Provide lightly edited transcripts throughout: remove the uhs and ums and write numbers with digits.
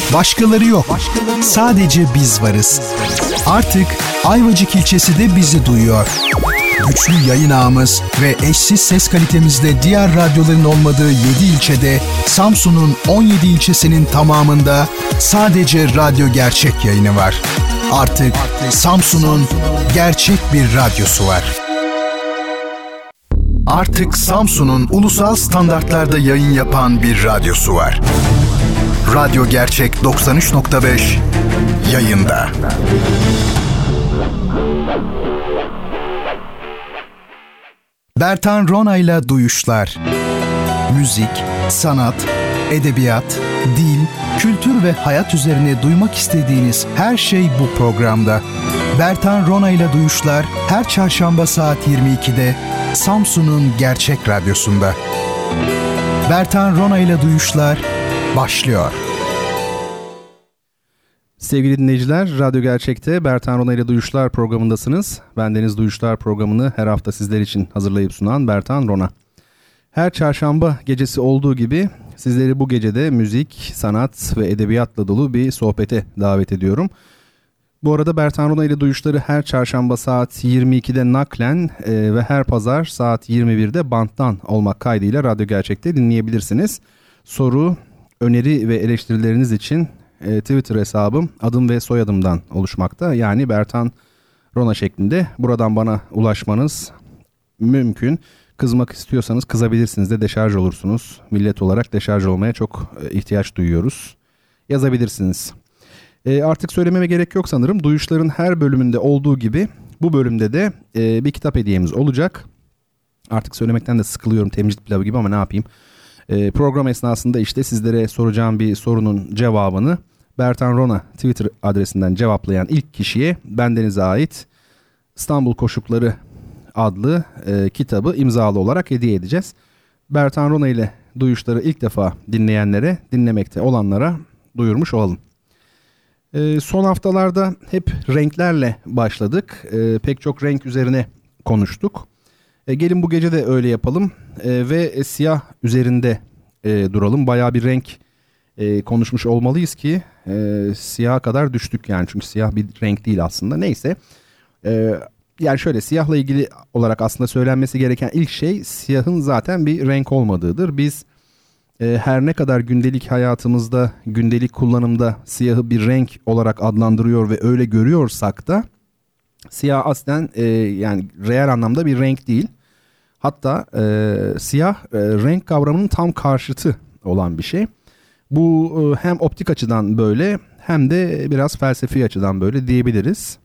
Başkaları yok. Sadece biz varız. Artık Ayvacık ilçesi de bizi duyuyor. Güçlü yayın ağımız ve eşsiz ses kalitemizde diğer radyoların olmadığı 7 ilçede, Samsun'un 17 ilçesinin tamamında sadece Radyo Gerçek yayını var. Artık Samsun'un gerçek bir radyosu var. Artık Samsun'un ulusal standartlarda yayın yapan bir radyosu var. Radyo Gerçek 93.5 yayında. Bertan Rona'yla Duyuşlar. Müzik, sanat, edebiyat, dil, kültür ve hayat üzerine duymak istediğiniz her şey bu programda. Bertan Rona'yla Duyuşlar her çarşamba saat 22'de Samsun'un Gerçek Radyosu'nda. Bertan Rona'yla Duyuşlar başlıyor. Sevgili dinleyiciler, Radyo Gerçek'te Bertan Rona ile Duyuşlar programındasınız. Bendeniz Duyuşlar programını her hafta sizler için hazırlayıp sunan Bertan Rona. Her çarşamba gecesi olduğu gibi sizleri bu gecede müzik, sanat ve edebiyatla dolu bir sohbete davet ediyorum. Bu arada Bertan Rona ile Duyuşları her çarşamba saat 22'de naklen ve her pazar saat 21'de banttan olmak kaydıyla Radyo Gerçek'te dinleyebilirsiniz. Soru, öneri ve eleştirileriniz için Twitter hesabım adım ve soyadımdan oluşmakta. Yani Bertan Rona şeklinde. Buradan bana ulaşmanız mümkün. Kızmak istiyorsanız kızabilirsiniz de deşarj olursunuz. Millet olarak deşarj olmaya çok ihtiyaç duyuyoruz. Yazabilirsiniz. Artık söylememe gerek yok sanırım. Duyuşların her bölümünde olduğu gibi bu bölümde de bir kitap hediyemiz olacak. Artık söylemekten de sıkılıyorum, temcit pilavı gibi, ama ne yapayım. Program esnasında işte sizlere soracağım bir sorunun cevabını Bertan Rona Twitter adresinden cevaplayan ilk kişiye bendenize ait İstanbul Koşukları adlı kitabı imzalı olarak hediye edeceğiz. Bertan Rona ile Duyuşları ilk defa dinleyenlere, dinlemekte olanlara duyurmuş olalım. Son haftalarda hep renklerle başladık. Pek çok renk üzerine konuştuk. Gelin bu gece de öyle yapalım ve siyah üzerinde duralım. Bayağı bir renk konuşmuş olmalıyız ki siyaha kadar düştük yani. Çünkü siyah bir renk değil aslında. Neyse. Yani şöyle, siyahla ilgili olarak aslında söylenmesi gereken ilk şey, siyahın zaten bir renk olmadığıdır. Biz her ne kadar gündelik hayatımızda, gündelik kullanımda siyahı bir renk olarak adlandırıyor ve öyle görüyorsak da siyah aslen yani reel anlamda bir renk değil. Hatta siyah renk kavramının tam karşıtı olan bir şey. Bu hem optik açıdan böyle hem de biraz felsefi açıdan böyle diyebiliriz.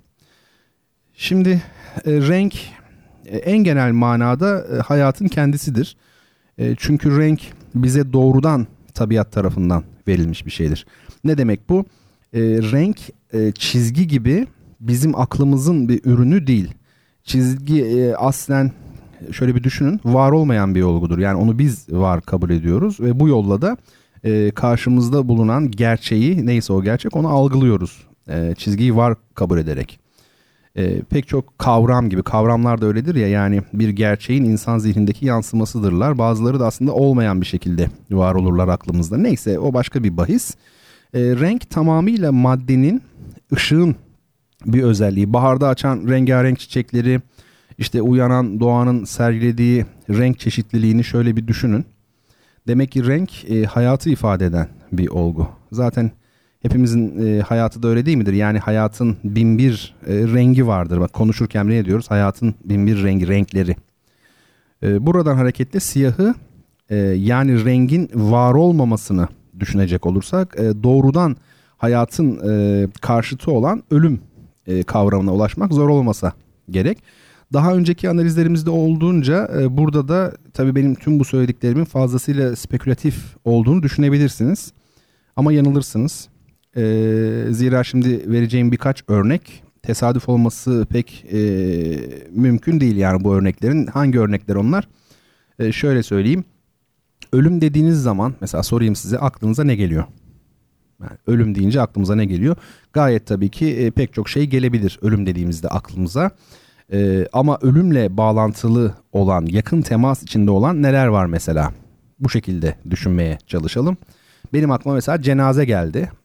Şimdi renk en genel manada hayatın kendisidir. Çünkü renk bize doğrudan tabiat tarafından verilmiş bir şeydir. Ne demek bu? Renk çizgi gibi bizim aklımızın bir ürünü değil. Çizgi aslen şöyle bir düşünün, var olmayan bir olgudur. Yani onu biz var kabul ediyoruz ve bu yolla da karşımızda bulunan gerçeği, neyse o gerçek, onu algılıyoruz. Çizgiyi var kabul ederek. Pek çok kavram gibi, kavramlar da öyledir ya, yani bir gerçeğin insan zihnindeki yansımasıdırlar. Bazıları da aslında olmayan bir şekilde var olurlar aklımızda. Neyse, o başka bir bahis. Renk tamamıyla maddenin, ışığın bir özelliği. Baharda açan rengarenk çiçekleri, işte uyanan doğanın sergilediği renk çeşitliliğini şöyle bir düşünün. Demek ki renk hayatı ifade eden bir olgu. Zaten hepimizin hayatı da öyle değil midir? Yani hayatın binbir rengi vardır. Bak, konuşurken ne diyoruz? Hayatın binbir rengi, renkleri. Buradan hareketle siyahı yani rengin var olmamasını düşünecek olursak doğrudan hayatın karşıtı olan ölüm kavramına ulaşmak zor olmasa gerek. Daha önceki analizlerimizde olduğunca burada da tabii benim tüm bu söylediklerimin fazlasıyla spekülatif olduğunu düşünebilirsiniz. Ama yanılırsınız. Zira şimdi vereceğim birkaç örnek tesadüf olması pek mümkün değil yani bu örneklerin. Hangi örnekler onlar? Şöyle söyleyeyim. Ölüm dediğiniz zaman mesela sorayım size, aklınıza ne geliyor? Yani ölüm deyince aklımıza ne geliyor? Gayet tabii ki pek çok şey gelebilir ölüm dediğimizde aklımıza. Ama ölümle bağlantılı olan, yakın temas içinde olan neler var mesela? Bu şekilde düşünmeye çalışalım. Benim aklıma mesela cenaze geldi.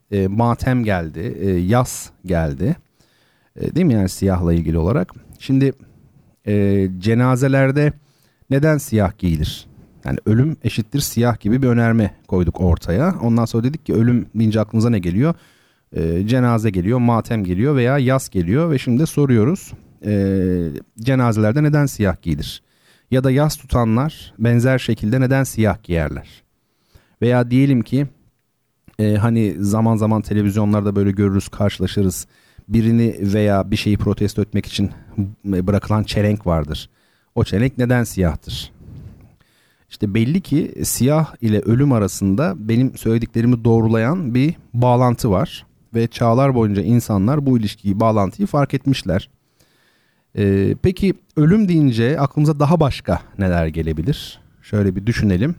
matem geldi, yas geldi. Değil mi yani siyahla ilgili olarak? Şimdi cenazelerde neden siyah giyilir? Yani ölüm eşittir siyah gibi bir önerme koyduk ortaya. Ondan sonra dedik ki ölüm deyince aklımıza ne geliyor? Cenaze geliyor, matem geliyor veya yas geliyor. Ve şimdi soruyoruz cenazelerde neden siyah giyilir? Ya da yas tutanlar benzer şekilde neden siyah giyerler? Veya diyelim ki hani zaman zaman televizyonlarda böyle görürüz, karşılaşırız. Birini veya bir şeyi protesto etmek için bırakılan çelenk vardır. O çelenk neden siyahtır? İşte belli ki siyah ile ölüm arasında benim söylediklerimi doğrulayan bir bağlantı var. Ve çağlar boyunca insanlar bu ilişkiyi, bağlantıyı fark etmişler. Peki ölüm deyince aklımıza daha başka neler gelebilir? Şöyle bir düşünelim.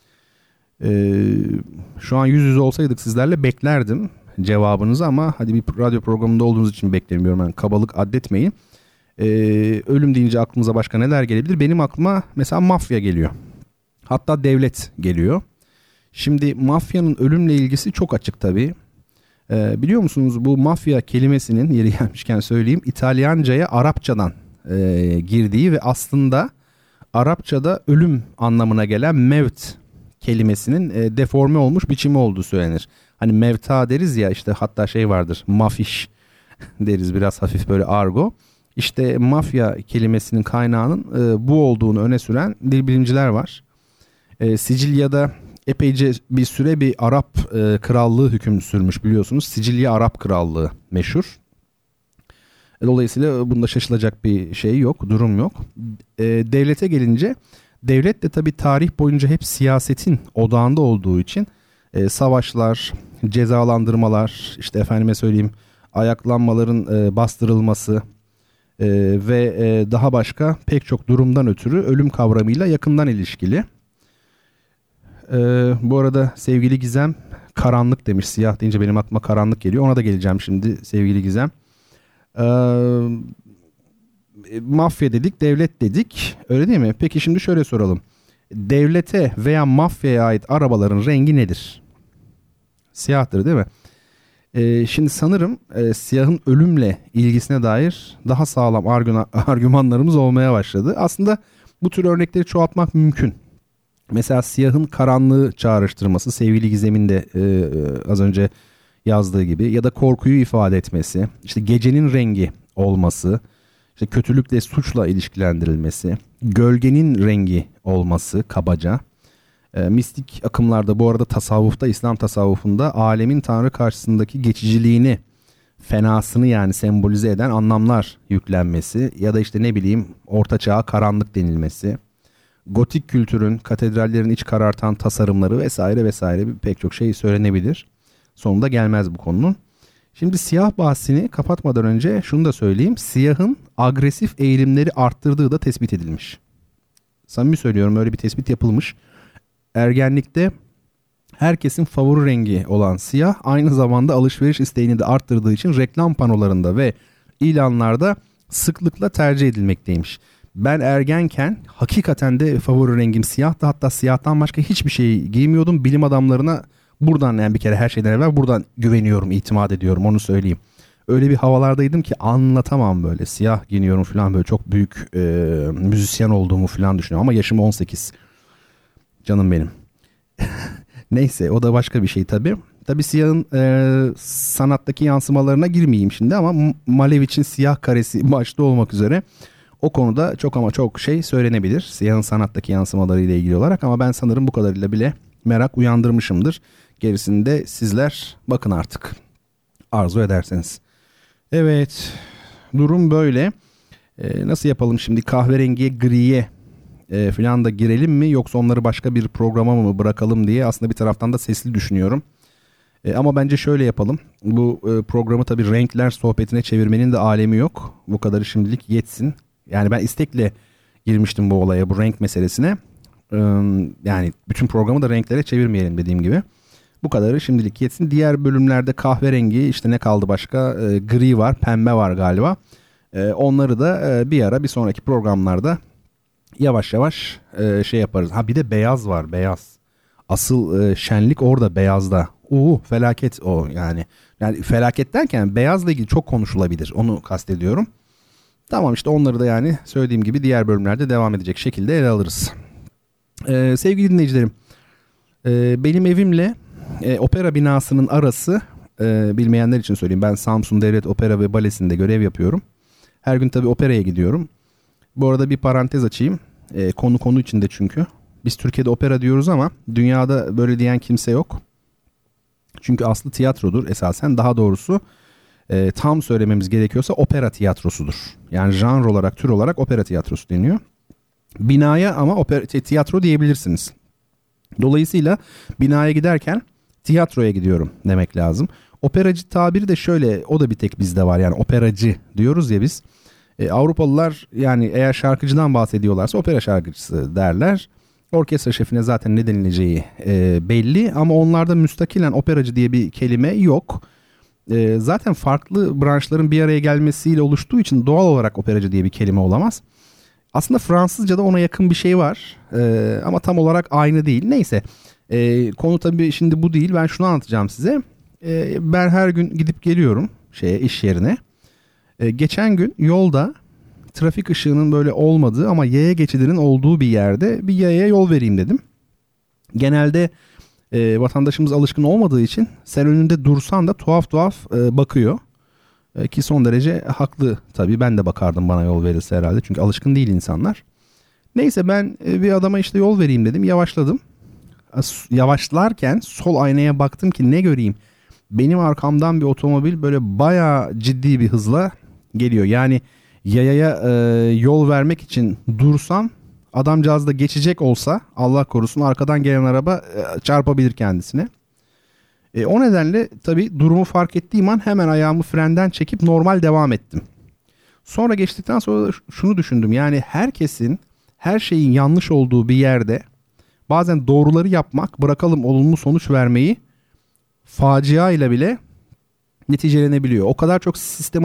Şu an yüz yüze olsaydık sizlerle beklerdim cevabınızı ama hadi bir radyo programında olduğunuz için beklemiyorum. Yani kabalık addetmeyin. Ölüm deyince aklımıza başka neler gelebilir? Benim aklıma mesela mafya geliyor. Hatta devlet geliyor. Şimdi mafyanın ölümle ilgisi çok açık tabii. Biliyor musunuz bu mafya kelimesinin yeri gelmişken söyleyeyim İtalyanca'ya Arapçadan girdiği ve aslında Arapçada ölüm anlamına gelen mevt kelimesinin deforme olmuş biçimi olduğu söylenir. Hani mevta deriz ya işte hatta şey vardır mafiş deriz biraz hafif böyle argo. İşte mafya kelimesinin kaynağının bu olduğunu öne süren dil bilimciler var. Sicilya'da epeyce bir süre bir Arap krallığı hüküm sürmüş biliyorsunuz. Sicilya Arap Krallığı meşhur. Dolayısıyla bunda şaşılacak bir şey yok, durum yok. Devlete gelince devlet de tabii tarih boyunca hep siyasetin odağında olduğu için savaşlar, cezalandırmalar, işte efendime söyleyeyim ayaklanmaların bastırılması ve daha başka pek çok durumdan ötürü ölüm kavramıyla yakından ilişkili. Bu arada sevgili Gizem karanlık demiş. Siyah deyince benim aklıma karanlık geliyor. Ona da geleceğim şimdi sevgili Gizem. Mafya dedik, devlet dedik. Öyle değil mi? Peki şimdi şöyle soralım. Devlete veya mafyaya ait arabaların rengi nedir? Siyahtır değil mi? Şimdi sanırım siyahın ölümle ilgisine dair daha sağlam argümanlarımız olmaya başladı. Aslında bu tür örnekleri çoğaltmak mümkün. Mesela siyahın karanlığı çağrıştırması sevgili Gizem'in de az önce yazdığı gibi ya da korkuyu ifade etmesi, işte gecenin rengi olması, işte kötülükle suçla ilişkilendirilmesi, gölgenin rengi olması kabaca. Mistik akımlarda bu arada tasavvufta, İslam tasavvufunda alemin Tanrı karşısındaki geçiciliğini, fenasını yani sembolize eden anlamlar yüklenmesi ya da işte ne bileyim Orta Çağ'a karanlık denilmesi. Gotik kültürün, katedrallerin iç karartan tasarımları vesaire vesaire pek çok şey söylenebilir. Sonunda gelmez bu konunun. Şimdi siyah bahsini kapatmadan önce şunu da söyleyeyim. Siyahın agresif eğilimleri arttırdığı da tespit edilmiş. Samimi söylüyorum öyle bir tespit yapılmış. Ergenlikte herkesin favori rengi olan siyah aynı zamanda alışveriş isteğini de arttırdığı için reklam panolarında ve ilanlarda sıklıkla tercih edilmekteymiş. Ben ergenken hakikaten de favori rengim siyahtı. Hatta siyahtan başka hiçbir şey giymiyordum. Bilim adamlarına buradan yani bir kere her şeyden evvel buradan güveniyorum, itimat ediyorum onu söyleyeyim. Öyle bir havalardaydım ki anlatamam böyle. Siyah giyiniyorum falan böyle çok büyük müzisyen olduğumu falan düşünüyorum. Ama yaşım 18. Canım benim. Neyse o da başka bir şey tabii. Tabii siyahın sanattaki yansımalarına girmeyeyim şimdi ama Malevich'in Siyah Karesi başta olmak üzere o konuda çok ama çok şey söylenebilir. Siyahın sanattaki yansımalarıyla ilgili olarak ama ben sanırım bu kadarıyla bile merak uyandırmışımdır. Gerisini de sizler bakın artık arzu ederseniz. Evet durum böyle. Nasıl yapalım şimdi kahverengiye griye falan da girelim mi yoksa onları başka bir programa mı bırakalım diye aslında bir taraftan da sesli düşünüyorum. Ama bence şöyle yapalım. Bu programı tabii renkler sohbetine çevirmenin de alemi yok. Bu kadarı şimdilik yetsin. Yani ben istekle girmiştim bu olaya, bu renk meselesine. Yani bütün programı da renklere çevirmeyelim dediğim gibi. Bu kadarı şimdilik yetsin. Diğer bölümlerde kahverengi işte ne kaldı başka? Gri var, pembe var galiba. Onları da bir ara bir sonraki programlarda yavaş yavaş şey yaparız. Ha bir de beyaz var, beyaz. Asıl şenlik orada, beyazda. Felaket o yani. Yani felaket derken beyazla ilgili çok konuşulabilir. Onu kastediyorum. Tamam, işte onları da yani söylediğim gibi diğer bölümlerde devam edecek şekilde ele alırız. Sevgili dinleyicilerim, benim evimle opera binasının arası, bilmeyenler için söyleyeyim, ben Samsun Devlet Opera ve Balesi'nde görev yapıyorum. Her gün tabii operaya gidiyorum. Bu arada bir parantez açayım. Konu içinde çünkü. Biz Türkiye'de opera diyoruz ama dünyada böyle diyen kimse yok. Çünkü aslı tiyatrodur esasen. Daha doğrusu tam söylememiz gerekiyorsa opera tiyatrosudur. Yani janr olarak, tür olarak opera tiyatrosu deniyor. Binaya ama tiyatro diyebilirsiniz. Dolayısıyla binaya giderken tiyatroya gidiyorum demek lazım. Operacı tabiri de şöyle, o da bir tek bizde var. Yani operacı diyoruz ya biz. Avrupalılar yani eğer şarkıcıdan bahsediyorlarsa opera şarkıcısı derler. Orkestra şefine zaten ne denileceği belli ama onlarda müstakilen operacı diye bir kelime yok. Zaten farklı branşların bir araya gelmesiyle oluştuğu için doğal olarak operacı diye bir kelime olamaz. Aslında Fransızca'da ona yakın bir şey var ama tam olarak aynı değil. Neyse, konu tabii şimdi bu değil. Ben şunu anlatacağım size. Ben her gün gidip geliyorum iş yerine. Geçen gün yolda trafik ışığının böyle olmadığı ama yaya geçidinin olduğu bir yerde bir yayaya yol vereyim dedim. Genelde vatandaşımız alışkın olmadığı için sen önünde dursan da tuhaf bakıyor. Ki son derece haklı tabii, ben de bakardım bana yol verirse herhalde, çünkü alışkın değil insanlar. Neyse, ben bir adama işte yol vereyim dedim, yavaşladım. Yavaşlarken sol aynaya baktım ki ne göreyim, benim arkamdan bir otomobil böyle bayağı ciddi bir hızla geliyor. Yani yayaya yol vermek için dursam adamcağız da geçecek olsa Allah korusun arkadan gelen araba çarpabilir kendisine. O nedenle tabii durumu fark ettiğim an hemen ayağımı frenden çekip normal devam ettim. Sonra geçtikten sonra da şunu düşündüm. Yani herkesin her şeyin yanlış olduğu bir yerde bazen doğruları yapmak, bırakalım olumlu sonuç vermeyi, facia ile bile neticelenebiliyor. O kadar çok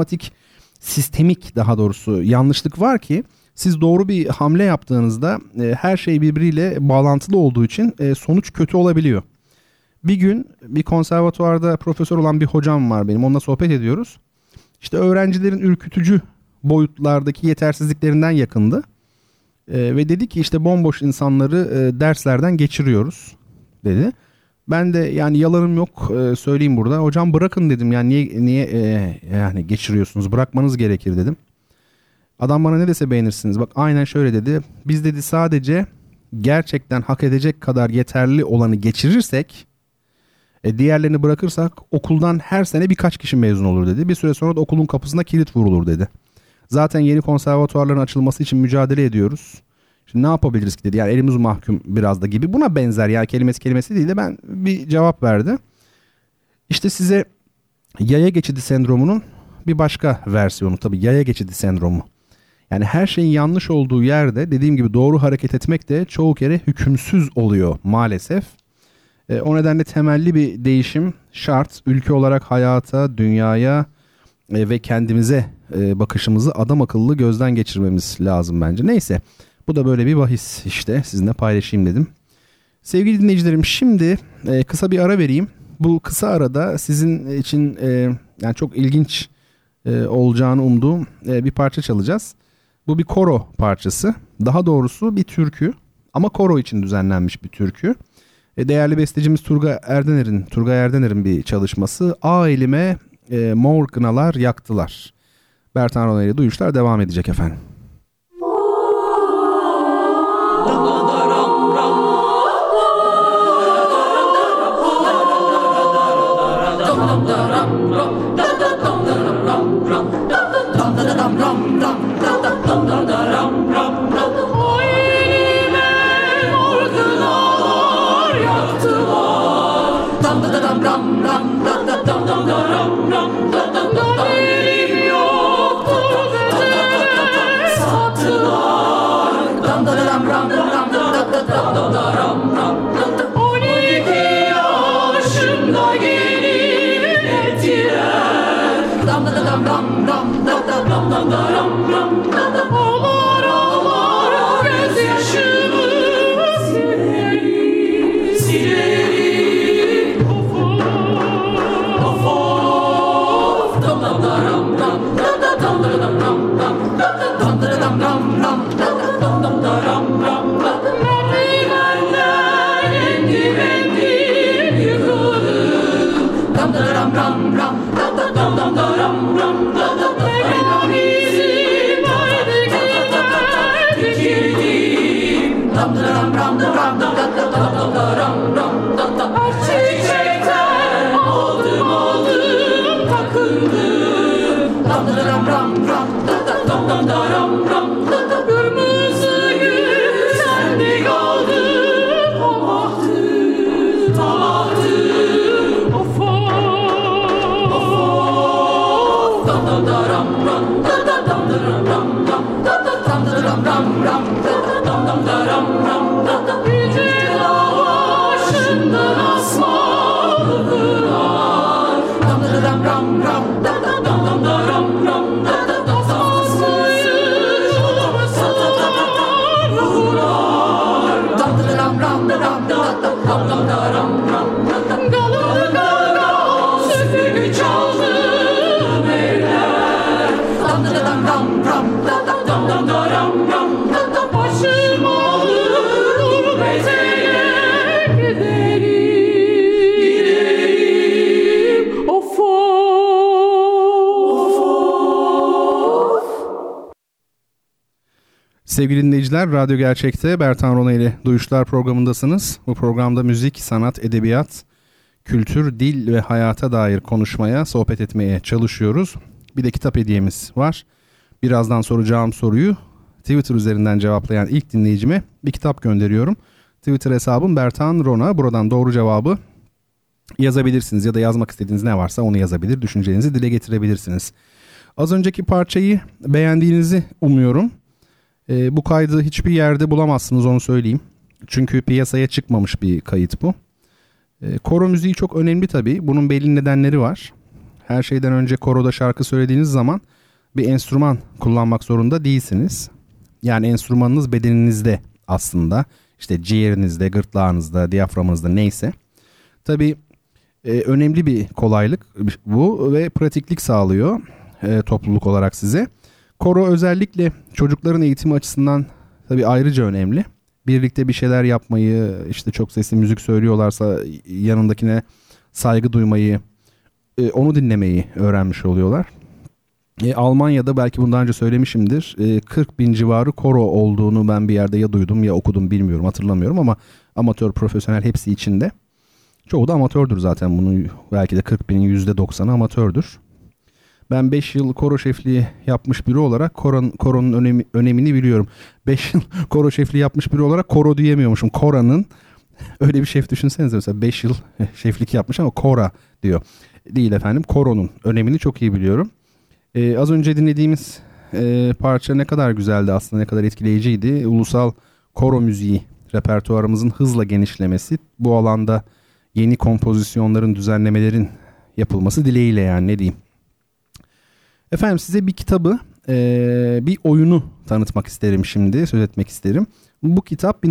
sistemik daha doğrusu yanlışlık var ki siz doğru bir hamle yaptığınızda her şey birbiriyle bağlantılı olduğu için sonuç kötü olabiliyor. Bir gün bir konservatuvarda profesör olan bir hocam var benim. Onunla sohbet ediyoruz. İşte öğrencilerin ürkütücü boyutlardaki yetersizliklerinden yakındı. Ve dedi ki işte bomboş insanları derslerden geçiriyoruz dedi. Ben de yani yalanım yok, söyleyeyim burada. Hocam bırakın dedim, yani niye yani geçiriyorsunuz, bırakmanız gerekir dedim. Adam bana ne dese beğenirsiniz. Bak aynen şöyle dedi. Biz dedi sadece gerçekten hak edecek kadar yeterli olanı geçirirsek, diğerlerini bırakırsak okuldan her sene birkaç kişi mezun olur dedi. Bir süre sonra da okulun kapısına kilit vurulur dedi. Zaten yeni konservatuvarların açılması için mücadele ediyoruz. Şimdi ne yapabiliriz ki dedi. Yani elimiz mahkum biraz da gibi. Buna benzer, yani kelimesi değil de ben bir cevap verdi. İşte size yaya geçidi sendromunun bir başka versiyonu, tabii yaya geçidi sendromu. Yani her şeyin yanlış olduğu yerde dediğim gibi doğru hareket etmek de çoğu kere hükümsüz oluyor maalesef. O nedenle temelli bir değişim şart. Ülke olarak hayata, dünyaya ve kendimize bakışımızı adam akıllı gözden geçirmemiz lazım bence. Neyse, bu da böyle bir bahis, işte sizinle paylaşayım dedim. Sevgili dinleyicilerim, şimdi kısa bir ara vereyim. Bu kısa arada sizin için yani çok ilginç olacağını umduğum bir parça çalacağız. Bu bir koro parçası. Daha doğrusu bir türkü ama koro için düzenlenmiş bir türkü. Değerli bestecimiz Turgay Erdener'in bir çalışması. A elime mor kınalar yaktılar. Bertan Rona ile Duyuşlar devam edecek efendim. Ağlar gözyaşımı silerim, silerim. Çiçekten aldım takıldım. Kırmızı gül sende kaldı. Tamahtı of Yüce dağ başından asmalı kınar. Süpürge çaldım eller. Başım alır gurbetine giderim. Of of. Sevgili dinleyiciler, Radyo Gerçek'te Bertan Rona ile Duyuşlar programındasınız. Bu programda müzik, sanat, edebiyat, kültür, dil ve hayata dair konuşmaya, sohbet etmeye çalışıyoruz. Bir de kitap hediyemiz var. Birazdan soracağım soruyu Twitter üzerinden cevaplayan ilk dinleyicime bir kitap gönderiyorum. Twitter hesabım Bertan Rona. Buradan doğru cevabı yazabilirsiniz ya da yazmak istediğiniz ne varsa onu yazabilir. Düşüncelerinizi dile getirebilirsiniz. Az önceki parçayı beğendiğinizi umuyorum. Bu kaydı hiçbir yerde bulamazsınız, onu söyleyeyim. Çünkü piyasaya çıkmamış bir kayıt bu. Koro müziği çok önemli tabii. Bunun belli nedenleri var. Her şeyden önce koroda şarkı söylediğiniz zaman bir enstrüman kullanmak zorunda değilsiniz. Yani enstrümanınız bedeninizde aslında. İşte ciğerinizde, gırtlağınızda, diyaframınızda neyse. Tabii önemli bir kolaylık bu ve pratiklik sağlıyor topluluk olarak size. Koro özellikle çocukların eğitimi açısından tabii ayrıca önemli. Birlikte bir şeyler yapmayı, işte çok sesli müzik söylüyorlarsa yanındakine saygı duymayı, onu dinlemeyi öğrenmiş oluyorlar. Almanya'da belki bundan önce söylemişimdir. 40 bin civarı koro olduğunu ben bir yerde ya duydum ya okudum, bilmiyorum, hatırlamıyorum ama amatör, profesyonel hepsi içinde. Çoğu da amatördür zaten, bunu belki de 40 binin %90'ı amatördür. Ben 5 yıl koro şefliği yapmış biri olarak koronun önemini biliyorum. 5 yıl koro şefliği yapmış biri olarak koro diyemiyormuşum. Kora'nın öyle bir şef düşünsenize, mesela 5 yıl şeflik yapmış ama kora diyor. Değil efendim, koronun önemini çok iyi biliyorum. Az önce dinlediğimiz parça ne kadar güzeldi aslında, ne kadar etkileyiciydi. Ulusal koro müziği repertuarımızın hızla genişlemesi, bu alanda yeni kompozisyonların, düzenlemelerin yapılması dileğiyle, yani ne diyeyim. Efendim size bir kitabı, bir oyunu tanıtmak isterim şimdi, söz etmek isterim. Bu kitap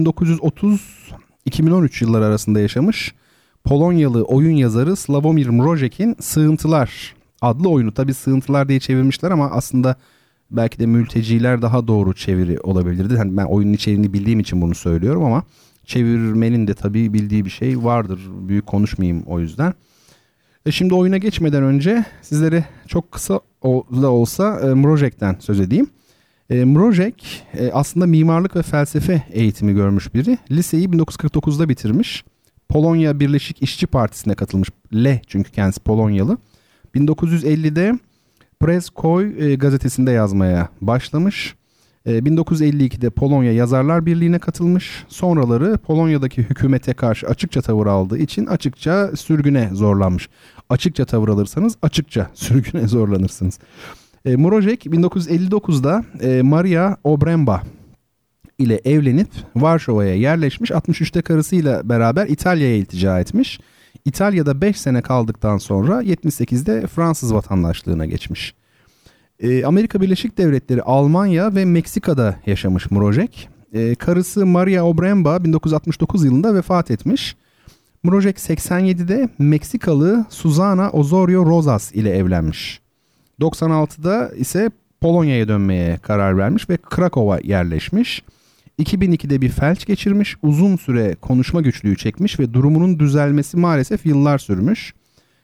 1930-2013 yılları arasında yaşamış Polonyalı oyun yazarı Sławomir Mrożek'in Sığıntılar adlı oyunu. Tabii Sığıntılar diye çevirmişler ama aslında belki de Mülteciler daha doğru çeviri olabilirdi. Yani ben oyunun içeriğini bildiğim için bunu söylüyorum ama çevirmenin de tabii bildiği bir şey vardır. Büyük konuşmayayım o yüzden. Şimdi oyuna geçmeden önce sizlere çok kısa da olsa Mrożek'ten söz edeyim. Mrożek aslında mimarlık ve felsefe eğitimi görmüş biri. Liseyi 1949'da bitirmiş. Polonya Birleşik İşçi Partisi'ne katılmış. Çünkü kendisi Polonyalı. 1950'de Press-Koy gazetesinde yazmaya başlamış. 1952'de Polonya Yazarlar Birliği'ne katılmış. Sonraları Polonya'daki hükümete karşı açıkça tavır aldığı için açıkça sürgüne zorlanmış. Açıkça tavır alırsanız açıkça sürgüne zorlanırsınız. Mrożek 1959'da Maria Obręba ile evlenip Varşova'ya yerleşmiş. 63'te karısıyla beraber İtalya'ya iltica etmiş. İtalya'da 5 sene kaldıktan sonra 78'de Fransız vatandaşlığına geçmiş. Amerika Birleşik Devletleri, Almanya ve Meksika'da yaşamış Mrożek. Karısı Maria Obręba 1969 yılında vefat etmiş. Mrożek 87'de Meksikalı Susana Osorio Rosas ile evlenmiş. 96'da ise Polonya'ya dönmeye karar vermiş ve Krakow'a yerleşmiş. 2002'de bir felç geçirmiş, uzun süre konuşma güçlüğü çekmiş ve durumunun düzelmesi maalesef yıllar sürmüş.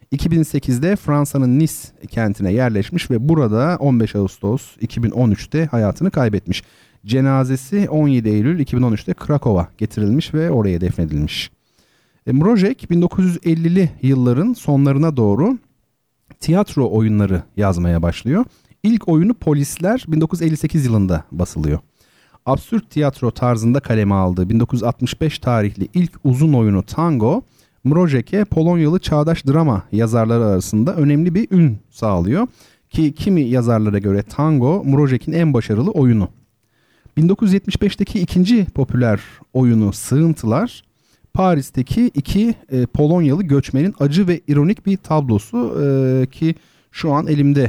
2008'de Fransa'nın Nice kentine yerleşmiş ve burada 15 Ağustos 2013'te hayatını kaybetmiş. Cenazesi 17 Eylül 2013'te Krakow'a getirilmiş ve oraya defnedilmiş. Mrożek 1950'li yılların sonlarına doğru tiyatro oyunları yazmaya başlıyor. İlk oyunu Polisler 1958 yılında basılıyor. Absürt tiyatro tarzında kaleme aldığı 1965 tarihli ilk uzun oyunu Tango, Mrożek'e Polonyalı çağdaş drama yazarları arasında önemli bir ün sağlıyor. Ki kimi yazarlara göre Tango, Mrożek'in en başarılı oyunu. 1975'teki ikinci popüler oyunu Sığıntılar, Paris'teki iki Polonyalı göçmenin acı ve ironik bir tablosu ki şu an elimde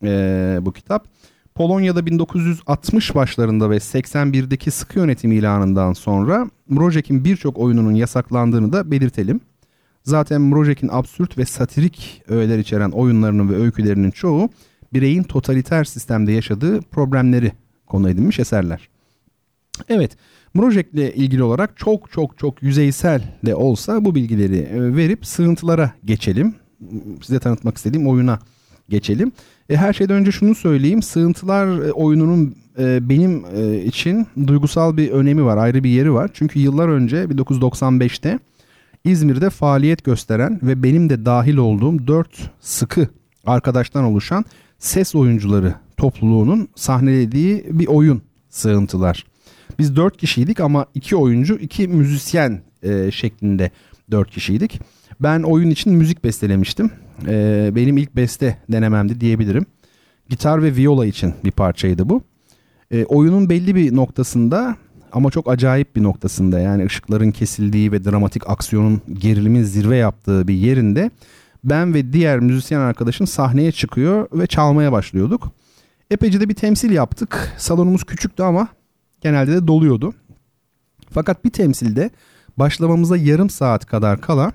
bu kitap. Polonya'da 1960 başlarında ve 81'deki sıkı yönetim ilanından sonra Mrożek'in birçok oyununun yasaklandığını da belirtelim. Zaten Mrożek'in absürt ve satirik öğeler içeren oyunlarının ve öykülerinin çoğu bireyin totaliter sistemde yaşadığı problemleri konu edinmiş eserler. Evet, Mrożek'le ilgili olarak çok yüzeysel de olsa bu bilgileri verip Sığıntılara geçelim. Size tanıtmak istediğim oyuna geçelim. Her şeyden önce şunu söyleyeyim. Sığıntılar oyununun benim için duygusal bir önemi var, ayrı bir yeri var. Çünkü yıllar önce 1995'te İzmir'de faaliyet gösteren ve benim de dahil olduğum 4 sıkı arkadaştan oluşan ses oyuncuları topluluğunun sahnelediği bir oyun Sığıntılar. Biz 4 kişiydik ama 2 oyuncu, 2 müzisyen şeklinde 4 kişiydik. Ben oyun için müzik bestelemiştim. Benim ilk beste denememdi diyebilirim. Gitar ve viola için bir parçaydı bu. Oyunun belli bir noktasında ama çok acayip bir noktasında, yani ışıkların kesildiği ve dramatik aksiyonun, gerilimin zirve yaptığı bir yerinde ben ve diğer müzisyen arkadaşım sahneye çıkıyor ve çalmaya başlıyorduk. Epeyce de bir temsil yaptık. Salonumuz küçüktü ama genelde de doluyordu. Fakat bir temsilde başlamamıza yarım saat kadar kala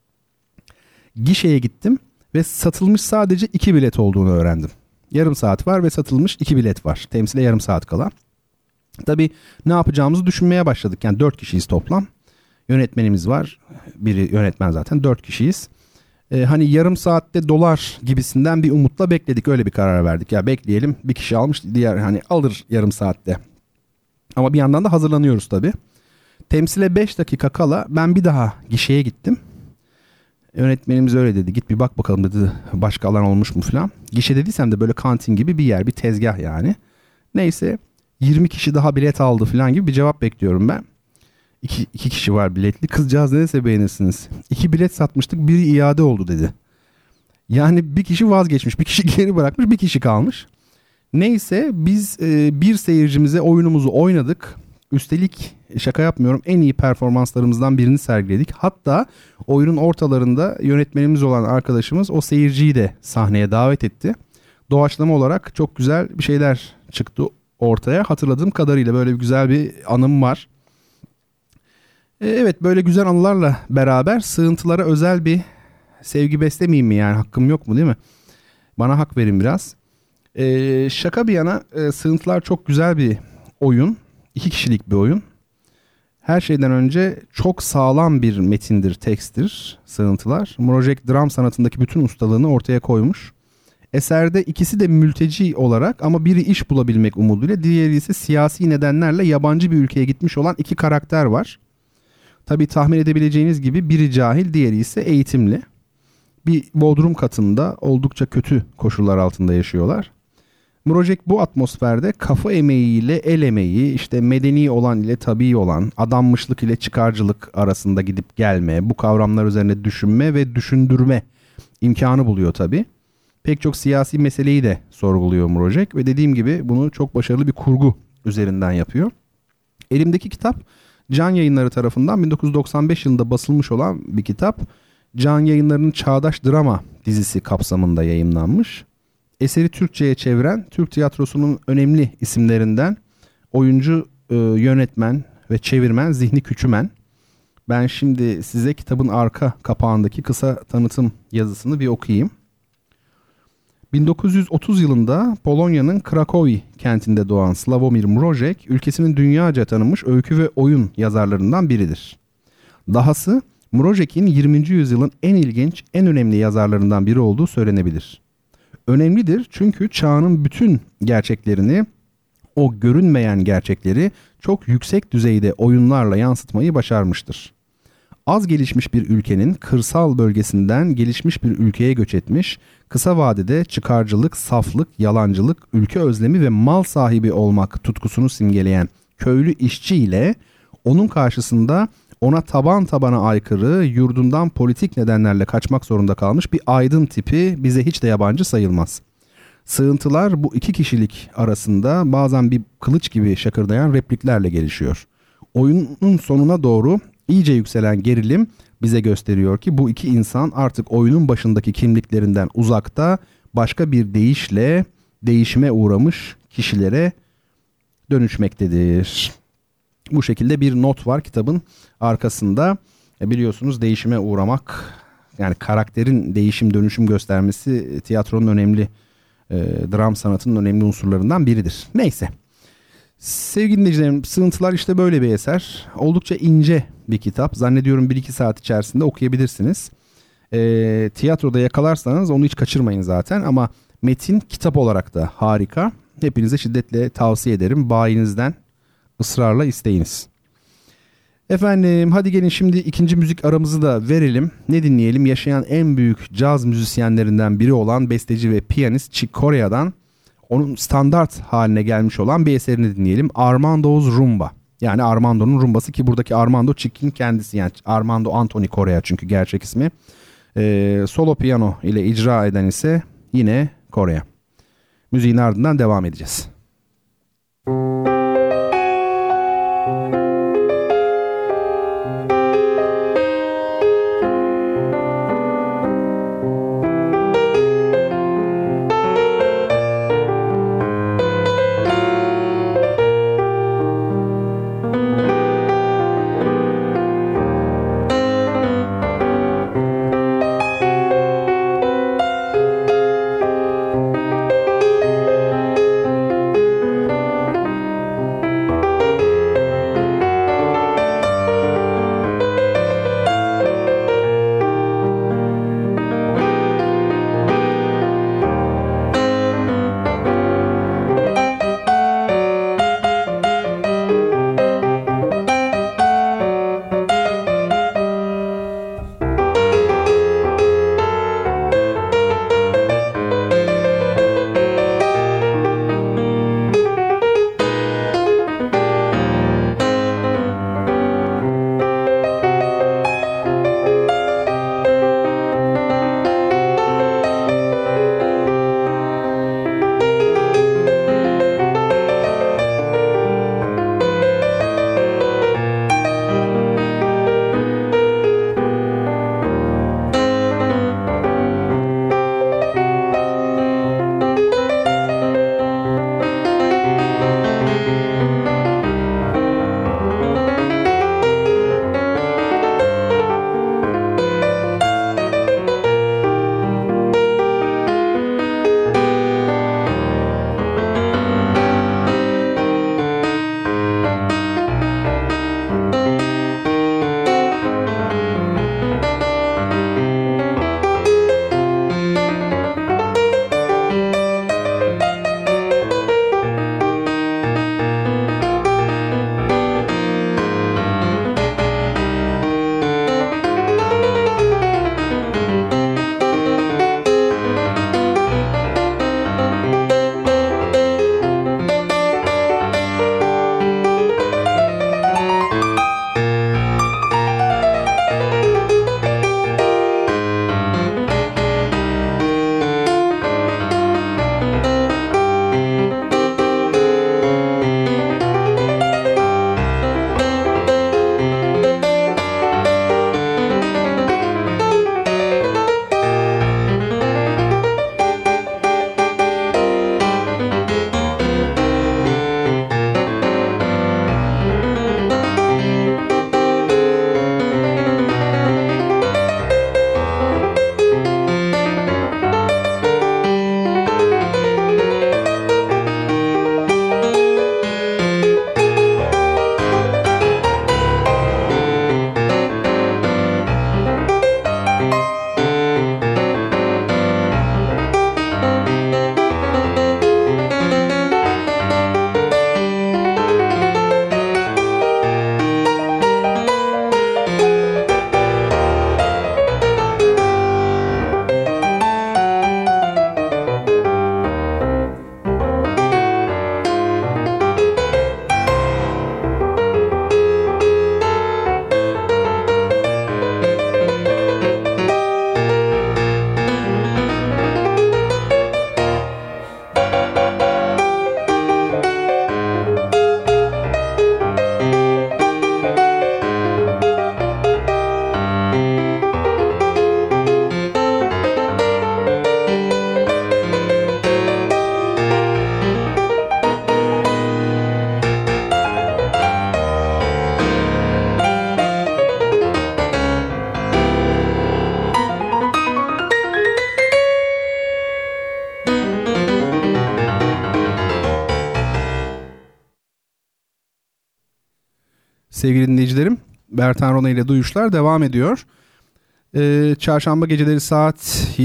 gişeye gittim ve satılmış sadece 2 bilet olduğunu öğrendim. Yarım saat var ve satılmış 2 bilet var. Temsile yarım saat kala. Tabii ne yapacağımızı düşünmeye başladık. Yani 4 kişiyiz toplam. Yönetmenimiz var. Biri yönetmen zaten. 4 kişiyiz. Hani yarım saatte dolar gibisinden bir umutla bekledik. Öyle bir karar verdik. Ya bekleyelim. Bir kişi almış, diğer hani alır yarım saatte. Ama bir yandan da hazırlanıyoruz tabii. Temsile 5 dakika kala ben bir daha gişeye gittim. Yönetmenimiz öyle dedi. Git bir bak bakalım dedi. Başka alan olmuş mu falan. Gişe dediysem de böyle kantin gibi bir yer, bir tezgah yani. Neyse 20 kişi daha bilet aldı falan gibi bir cevap bekliyorum ben. 2 kişi var biletli. Kızcağız neyse beğenirsiniz. 2 bilet satmıştık, biri iade oldu dedi. Yani bir kişi vazgeçmiş, bir kişi geri bırakmış, bir kişi kalmış. Neyse biz bir seyircimize oyunumuzu oynadık. Üstelik şaka yapmıyorum, en iyi performanslarımızdan birini sergiledik. Hatta oyunun ortalarında yönetmenimiz olan arkadaşımız o seyirciyi de sahneye davet etti. Doğaçlama olarak çok güzel bir şeyler çıktı ortaya. Hatırladığım kadarıyla böyle bir güzel bir anım var. Evet, böyle güzel anılarla beraber Sığıntılara özel bir sevgi beslemeyeyim mi, yani hakkım yok mu, değil mi? Bana hak verin biraz. Şaka bir yana Sığıntılar çok güzel bir oyun. 2 kişilik bir oyun. Her şeyden önce çok sağlam bir metindir, teksttir Sığıntılar. Mrożek dram sanatındaki bütün ustalığını ortaya koymuş. Eserde ikisi de mülteci olarak ama biri iş bulabilmek umuduyla, diğeri ise siyasi nedenlerle yabancı bir ülkeye gitmiş olan 2 karakter var. Tabii tahmin edebileceğiniz gibi biri cahil, diğeri ise eğitimli. Bir bodrum katında oldukça kötü koşullar altında yaşıyorlar. Mrożek bu atmosferde kafa emeğiyle el emeği, işte medeni olan ile tabii olan, adanmışlık ile çıkarcılık arasında gidip gelme, bu kavramlar üzerine düşünme ve düşündürme imkanı buluyor tabii. Pek çok siyasi meseleyi de sorguluyor Mrożek ve dediğim gibi bunu çok başarılı bir kurgu üzerinden yapıyor. Elimdeki kitap Can Yayınları tarafından 1995 yılında basılmış olan bir kitap. Can Yayınları'nın Çağdaş Drama dizisi kapsamında yayımlanmış. Eseri Türkçe'ye çeviren Türk tiyatrosunun önemli isimlerinden oyuncu, yönetmen ve çevirmen Zihni Küçümen. Ben şimdi size kitabın arka kapağındaki kısa tanıtım yazısını bir okuyayım. 1930 yılında Polonya'nın Krakowi kentinde doğan Sławomir Mrożek, ülkesinin dünyaca tanınmış öykü ve oyun yazarlarından biridir. Dahası Mrožek'in 20. yüzyılın en ilginç, en önemli yazarlarından biri olduğu söylenebilir. Önemlidir çünkü çağının bütün gerçeklerini, o görünmeyen gerçekleri çok yüksek düzeyde oyunlarla yansıtmayı başarmıştır. Az gelişmiş bir ülkenin kırsal bölgesinden gelişmiş bir ülkeye göç etmiş, kısa vadede çıkarcılık, saflık, yalancılık, ülke özlemi ve mal sahibi olmak tutkusunu simgeleyen köylü işçi ile onun karşısında ona taban tabana aykırı, yurdundan politik nedenlerle kaçmak zorunda kalmış bir aydın tipi bize hiç de yabancı sayılmaz. Sığıntılar bu iki kişilik arasında bazen bir kılıç gibi şakırdayan repliklerle gelişiyor. Oyunun sonuna doğru iyice yükselen gerilim bize gösteriyor ki bu iki insan artık oyunun başındaki kimliklerinden uzakta, başka bir deyişle değişime uğramış kişilere dönüşmektedir. Bu şekilde bir not var kitabın arkasında. Biliyorsunuz değişime uğramak, yani karakterin değişim dönüşüm göstermesi tiyatronun önemli, dram sanatının önemli unsurlarından biridir. Neyse. Sevgili dinleyicilerim, Sığıntılar işte böyle bir eser. Oldukça ince bir kitap. Zannediyorum 1-2 saat içerisinde okuyabilirsiniz. Tiyatroda yakalarsanız onu hiç kaçırmayın zaten, ama metin kitap olarak da harika. Hepinize şiddetle tavsiye ederim. Bayinizden ısrarla isteyiniz. Efendim hadi gelin şimdi ikinci müzik aramızı da verelim. Ne dinleyelim? Yaşayan en büyük caz müzisyenlerinden biri olan besteci ve piyanist Chick Corea'dan onun standart haline gelmiş olan bir eserini dinleyelim. Armando's Rumba. Yani Armando'nun rumbası, ki buradaki Armando Chick'in kendisi, yani Armando Anthony Correa çünkü gerçek ismi. Solo piyano ile icra eden ise yine Correa. Müziğin ardından devam edeceğiz. sevgili dinleyicilerim. Bertan Rona ile Duyuşlar devam ediyor. Çarşamba geceleri saat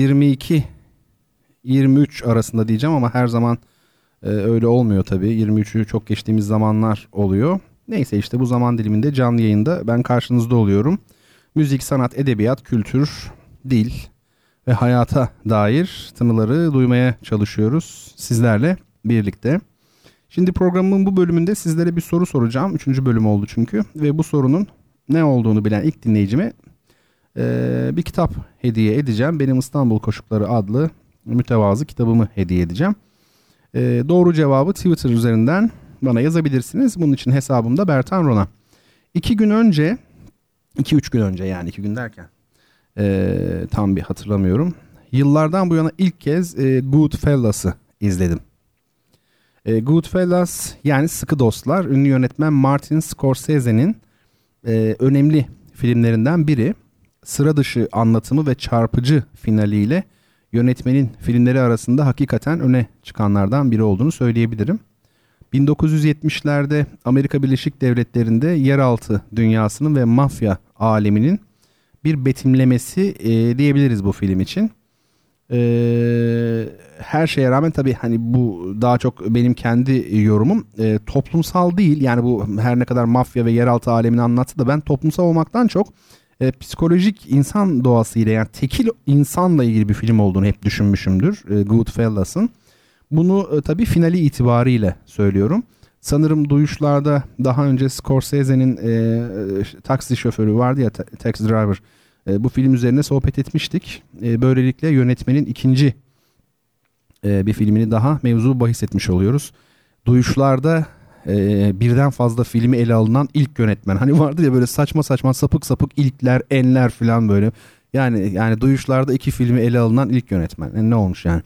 22-23 arasında diyeceğim ama her zaman öyle olmuyor tabii. 23'ü çok geçtiğimiz zamanlar oluyor. Neyse işte bu zaman diliminde canlı yayında ben karşınızda oluyorum. Müzik, sanat, edebiyat, kültür, dil ve hayata dair tınıları duymaya çalışıyoruz sizlerle birlikte. Şimdi programın bu bölümünde sizlere bir soru soracağım. 3. bölüm oldu çünkü. Ve bu sorunun ne olduğunu bilen ilk dinleyicime bir kitap hediye edeceğim. Benim İstanbul Koşukları adlı mütevazı kitabımı hediye edeceğim. Doğru cevabı Twitter üzerinden bana yazabilirsiniz. Bunun için hesabımda Bertan Rona. 2 gün önce, 2-3 gün önce yani 2 gün derken tam bir hatırlamıyorum. Yıllardan bu yana ilk kez Goodfellas'ı izledim. Goodfellas yani Sıkı Dostlar, ünlü yönetmen Martin Scorsese'nin önemli filmlerinden biri. Sıra dışı anlatımı ve çarpıcı finaliyle yönetmenin filmleri arasında hakikaten öne çıkanlardan biri olduğunu söyleyebilirim. 1970'lerde Amerika Birleşik Devletleri'nde yeraltı dünyasının ve mafya aleminin bir betimlemesi diyebiliriz bu film için. Her şeye rağmen tabii hani bu daha çok benim kendi yorumum, toplumsal değil. Yani bu her ne kadar mafya ve yeraltı alemini anlatsa da ben toplumsal olmaktan çok psikolojik insan doğasıyla yani tekil insanla ilgili bir film olduğunu hep düşünmüşümdür Goodfellas'ın. Bunu tabii finali itibariyle söylüyorum. Sanırım Duyuşlar'da daha önce Scorsese'nin taksi şoförü vardı ya, Taxi Driver. Bu film üzerine sohbet etmiştik. Böylelikle yönetmenin ikinci bir filmini daha mevzu bahis etmiş oluyoruz. Duyuşlarda birden fazla filmi ele alınan ilk yönetmen. Hani vardı ya böyle saçma saçma sapık sapık ilkler, enler falan böyle. Yani Duyuşlarda 2 filmi ele alınan ilk yönetmen. Ne olmuş yani?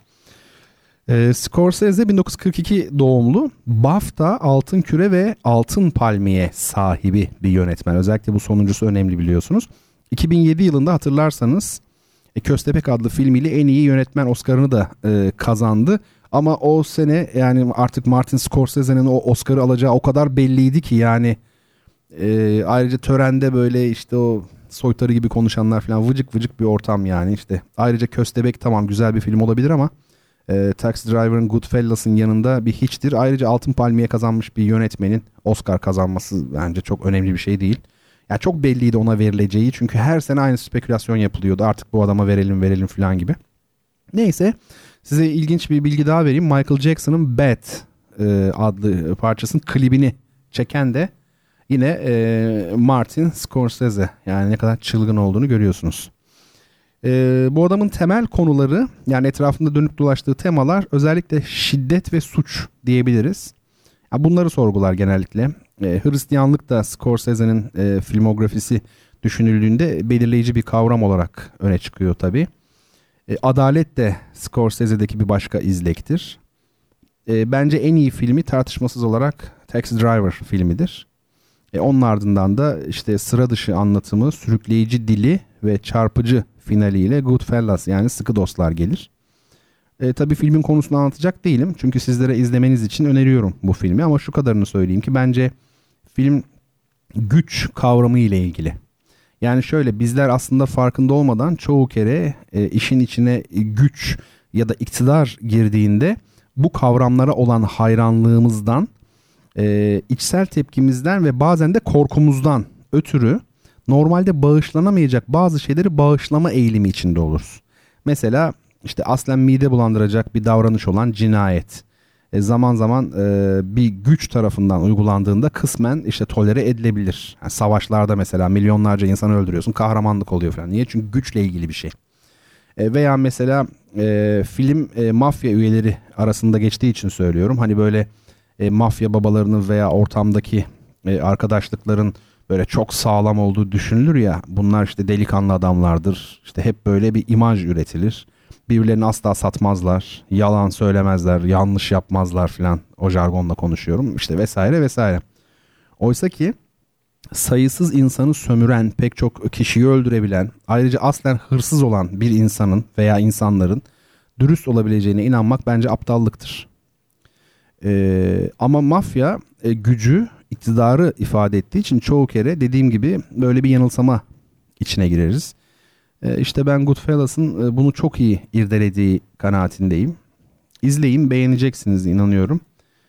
Scorsese 1942 doğumlu, BAFTA, Altın Küre ve Altın Palmiye sahibi bir yönetmen. Özellikle bu sonuncusu önemli biliyorsunuz. 2007 yılında hatırlarsanız Köstebek adlı filmiyle en iyi yönetmen Oscar'ını da kazandı. Ama o sene yani artık Martin Scorsese'nin o Oscar'ı alacağı o kadar belliydi ki yani ayrıca törende böyle işte o soytarı gibi konuşanlar falan, vıcık vıcık bir ortam yani işte. Ayrıca Köstebek tamam güzel bir film olabilir ama Taxi Driver'ın, Goodfellas'ın yanında bir hiçtir. Ayrıca Altın Palmiye kazanmış bir yönetmenin Oscar kazanması bence çok önemli bir şey değil. Yani çok belliydi ona verileceği çünkü her sene aynı spekülasyon yapılıyordu. Artık bu adama verelim falan gibi. Neyse, size ilginç bir bilgi daha vereyim. Michael Jackson'ın Bad adlı parçasının klibini çeken de yine Martin Scorsese. Yani ne kadar çılgın olduğunu görüyorsunuz. Bu adamın temel konuları yani etrafında dönüp dolaştığı temalar özellikle şiddet ve suç diyebiliriz. Yani bunları sorgular genellikle. Hristiyanlık da Scorsese'nin filmografisi düşünüldüğünde belirleyici bir kavram olarak öne çıkıyor tabii. Adalet de Scorsese'deki bir başka izlektir. Bence en iyi filmi tartışmasız olarak Taxi Driver filmidir. Onun ardından da işte sıra dışı anlatımı, sürükleyici dili ve çarpıcı finaliyle Goodfellas yani Sıkı Dostlar gelir. Tabii filmin konusunu anlatacak değilim. Çünkü sizlere izlemeniz için öneriyorum bu filmi. Ama şu kadarını söyleyeyim ki bence film güç kavramı ile ilgili. Yani şöyle, bizler aslında farkında olmadan çoğu kere işin içine güç ya da iktidar girdiğinde bu kavramlara olan hayranlığımızdan, içsel tepkimizden ve bazen de korkumuzdan ötürü normalde bağışlanamayacak bazı şeyleri bağışlama eğilimi içinde oluruz. Mesela işte aslen mide bulandıracak bir davranış olan cinayet. Zaman zaman bir güç tarafından uygulandığında kısmen işte tolere edilebilir. Yani savaşlarda mesela milyonlarca insanı öldürüyorsun, kahramanlık oluyor falan. Niye? Çünkü güçle ilgili bir şey. Veya mesela film mafya üyeleri arasında geçtiği için söylüyorum. Hani böyle mafya babalarının veya ortamdaki arkadaşlıkların böyle çok sağlam olduğu düşünülür ya. Bunlar işte delikanlı adamlardır. İşte hep böyle bir imaj üretilir. Birbirlerini asla satmazlar, yalan söylemezler, yanlış yapmazlar filan, o jargonla konuşuyorum işte vesaire vesaire. Oysa ki sayısız insanı sömüren, pek çok kişiyi öldürebilen, ayrıca aslen hırsız olan bir insanın veya insanların dürüst olabileceğine inanmak bence aptallıktır. Ama mafya gücü iktidarı ifade ettiği için çoğu kere dediğim gibi böyle bir yanılsama içine gireriz. İşte ben Goodfellas'ın bunu çok iyi irdelediği kanaatindeyim. İzleyin, beğeneceksiniz inanıyorum.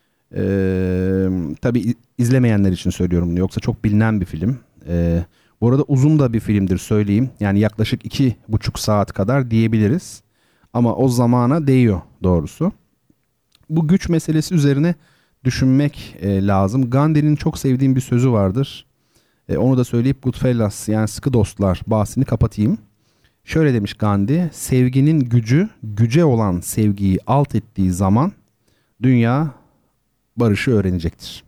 Tabii izlemeyenler için söylüyorum bunu. Yoksa çok bilinen bir film. Bu arada uzun da bir filmdir söyleyeyim. Yani yaklaşık 2,5 saat kadar diyebiliriz. Ama o zamana değiyor doğrusu. Bu güç meselesi üzerine düşünmek lazım. Gandhi'nin çok sevdiğim bir sözü vardır. Onu da söyleyip Goodfellas yani Sıkı Dostlar bahsini kapatayım. Şöyle demiş Gandhi, sevginin gücü, güce olan sevgiyi alt ettiği zaman dünya barışı öğrenecektir.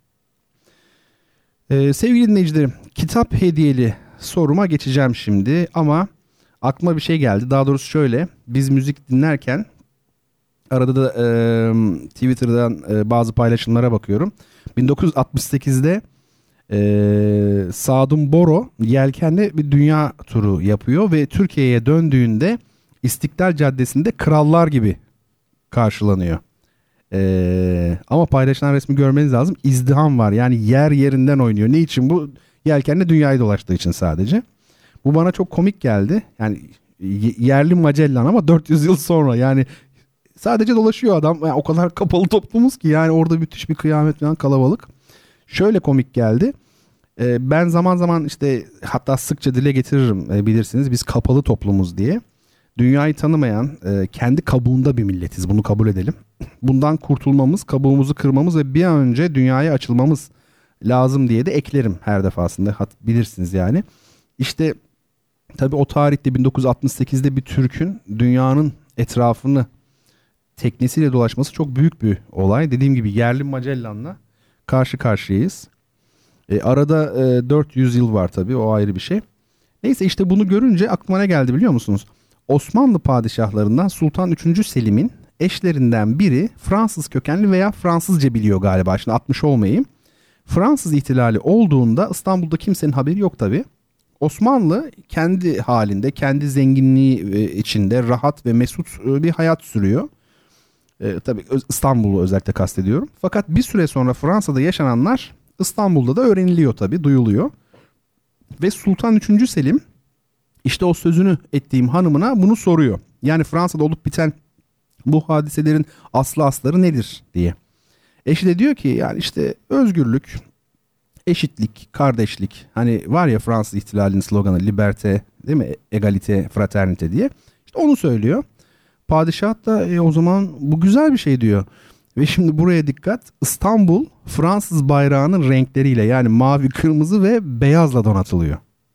Sevgili dinleyicilerim, kitap hediyeli soruma geçeceğim şimdi ama aklıma bir şey geldi. Daha doğrusu şöyle, biz müzik dinlerken arada da Twitter'dan bazı paylaşımlara bakıyorum. 1968'de Sadun Boro yelkenli bir dünya turu yapıyor ve Türkiye'ye döndüğünde İstiklal Caddesi'nde krallar gibi karşılanıyor. Ama paylaşılan resmi görmeniz lazım. İzdiham var. Yani yer yerinden oynuyor. Ne için bu? Yelkenle dünyayı dolaştığı için sadece. Bu bana çok komik geldi. Yani yerli Magellan ama 400 yıl sonra. Yani sadece dolaşıyor adam. Yani o kadar kapalı toplumuz ki yani orada müthiş bir kıyamet falan, kalabalık. Şöyle komik geldi. Ben zaman zaman işte hatta sıkça dile getiririm bilirsiniz. Biz kapalı toplumuz diye. Dünyayı tanımayan, kendi kabuğunda bir milletiz. Bunu kabul edelim. Bundan kurtulmamız, kabuğumuzu kırmamız ve bir an önce dünyaya açılmamız lazım diye de eklerim her defasında. Bilirsiniz yani. İşte tabii o tarihte 1968'de bir Türk'ün dünyanın etrafını teknesiyle dolaşması çok büyük bir olay. Dediğim gibi yerli Magellan'la karşı karşıyayız. Arada 400 yıl var tabii, o ayrı bir şey. Neyse işte bunu görünce aklıma ne geldi biliyor musunuz? Osmanlı padişahlarından Sultan 3. Selim'in eşlerinden biri Fransız kökenli veya Fransızca biliyor galiba. Şimdi 60 olmayayım. Fransız ihtilali olduğunda İstanbul'da kimsenin haberi yok tabii. Osmanlı kendi halinde, kendi zenginliği içinde rahat ve mesut bir hayat sürüyor. Tabii İstanbul'u özellikle kastediyorum. Fakat bir süre sonra Fransa'da yaşananlar İstanbul'da da öğreniliyor tabii, duyuluyor. Ve Sultan 3. Selim işte o sözünü ettiğim hanımına bunu soruyor. Yani Fransa'da olup biten bu hadiselerin aslı asları nedir diye. Eşi de diyor ki yani işte özgürlük, eşitlik, kardeşlik. Hani var ya Fransız ihtilalinin sloganı liberté, değil mi? Egalité, fraternité diye. İşte onu söylüyor. Padişah da o zaman bu güzel bir şey diyor. Ve şimdi buraya dikkat. İstanbul Fransız bayrağının renkleriyle yani mavi, kırmızı ve beyazla donatılıyor.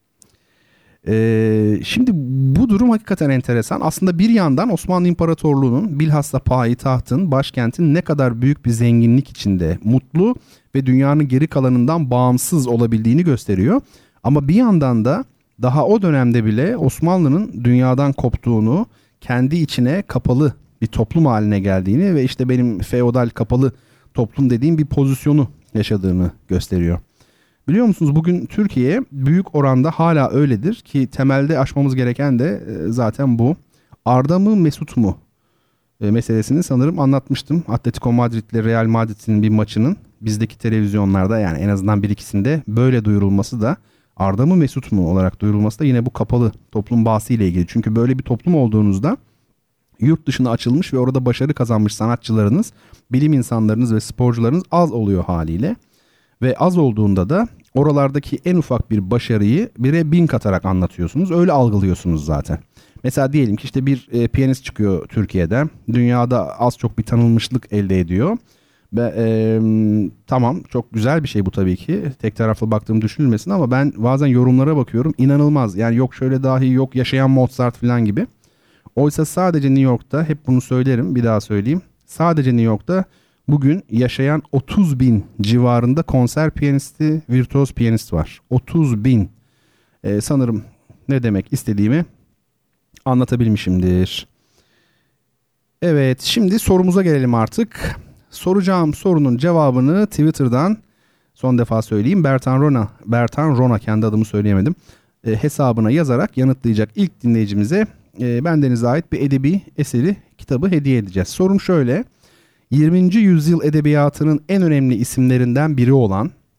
Şimdi bu durum hakikaten enteresan. Aslında bir yandan Osmanlı İmparatorluğu'nun bilhassa payitahtın, başkentin ne kadar büyük bir zenginlik içinde, mutlu ve dünyanın geri kalanından bağımsız olabildiğini gösteriyor. Ama bir yandan da daha o dönemde bile Osmanlı'nın dünyadan koptuğunu, kendi içine kapalı bir toplum haline geldiğini ve işte benim feodal kapalı toplum dediğim bir pozisyonu yaşadığını gösteriyor. Biliyor musunuz bugün Türkiye büyük oranda hala öyledir ki temelde aşmamız gereken de zaten bu. Arda mı Mesut mu meselesini sanırım anlatmıştım. Atletico Madrid ile Real Madrid'in bir maçının bizdeki televizyonlarda yani en azından bir ikisinde böyle duyurulması da Arda mı Mesut mu olarak duyurulması da yine bu kapalı toplum bahsi ile ilgili. Çünkü böyle bir toplum olduğunuzda yurt dışına açılmış ve orada başarı kazanmış sanatçılarınız, bilim insanlarınız ve sporcularınız az oluyor haliyle. Ve az olduğunda da oralardaki en ufak bir başarıyı 1'e 1000 katarak anlatıyorsunuz. Öyle algılıyorsunuz zaten. Mesela diyelim ki işte bir piyanist çıkıyor Türkiye'den. Dünyada az çok bir tanınmışlık elde ediyor. Ve tamam çok güzel bir şey bu tabii ki. Tek taraflı baktığım düşünülmesin ama ben bazen yorumlara bakıyorum. İnanılmaz. Yani yok şöyle dahi, yok yaşayan Mozart falan gibi. Oysa sadece New York'ta, hep bunu söylerim bir daha söyleyeyim. Sadece New York'ta bugün yaşayan 30.000 civarında konser piyanisti, virtüöz piyanist var. 30.000. Sanırım ne demek istediğimi anlatabilmişimdir. Evet, şimdi sorumuza gelelim artık. Soracağım sorunun cevabını Twitter'dan son defa söyleyeyim. Bertan Rona kendi adımı söyleyemedim. Hesabına yazarak yanıtlayacak ilk dinleyicimize bendenize ait bir edebi eseri, kitabı hediye edeceğiz. Sorum şöyle. 20. yüzyıl edebiyatının en önemli isimlerinden biri olan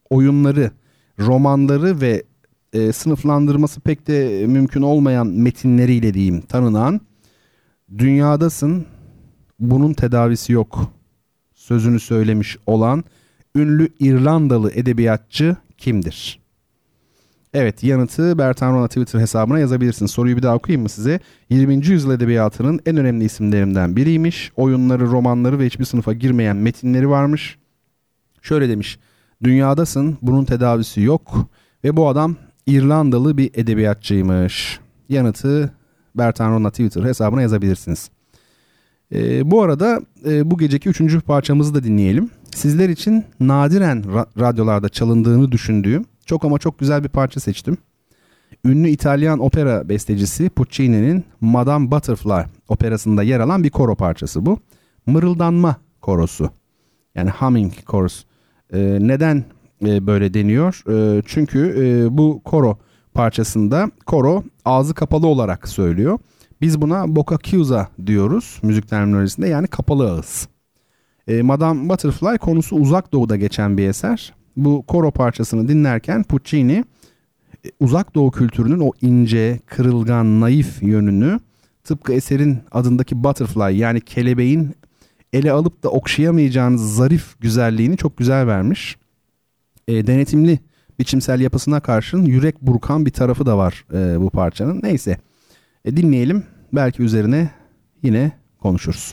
oyunları, romanları ve sınıflandırması pek de mümkün olmayan metinleriyle diyeyim tanınan, dünyadasın bunun tedavisi yok sözünü söylemiş olan ünlü İrlandalı edebiyatçı kimdir? Evet, yanıtı Bertan Rona Twitter hesabına yazabilirsiniz. Soruyu bir daha okuyayım mı size? 20. yüzyıl edebiyatının en önemli isimlerinden biriymiş. Oyunları, romanları ve hiçbir sınıfa girmeyen metinleri varmış. Şöyle demiş: dünyadasın bunun tedavisi yok ve bu adam İrlandalı bir edebiyatçıymış. Yanıtı Bertan Rona Twitter hesabına yazabilirsiniz. Bu arada bu geceki 3. parçamızı da dinleyelim. Sizler için nadiren radyolarda çalındığını düşündüğüm çok ama çok güzel bir parça seçtim. Ünlü İtalyan opera bestecisi Puccini'nin Madame Butterfly operasında yer alan bir koro parçası bu. Mırıldanma korosu. Yani humming chorus. Neden böyle deniyor? Çünkü bu koro parçasında koro ağzı kapalı olarak söylüyor. Biz buna bocca chiusa diyoruz müzik terminolojisinde, yani kapalı ağız. Madame Butterfly konusu Uzak Doğu'da geçen bir eser. Bu koro parçasını dinlerken Puccini Uzak Doğu kültürünün o ince, kırılgan, naif yönünü tıpkı eserin adındaki butterfly, yani kelebeğin ele alıp da okşayamayacağınız zarif güzelliğini çok güzel vermiş. Denetimli biçimsel yapısına karşın yürek burkan bir tarafı da var bu parçanın. Neyse, dinleyelim, belki üzerine yine konuşuruz.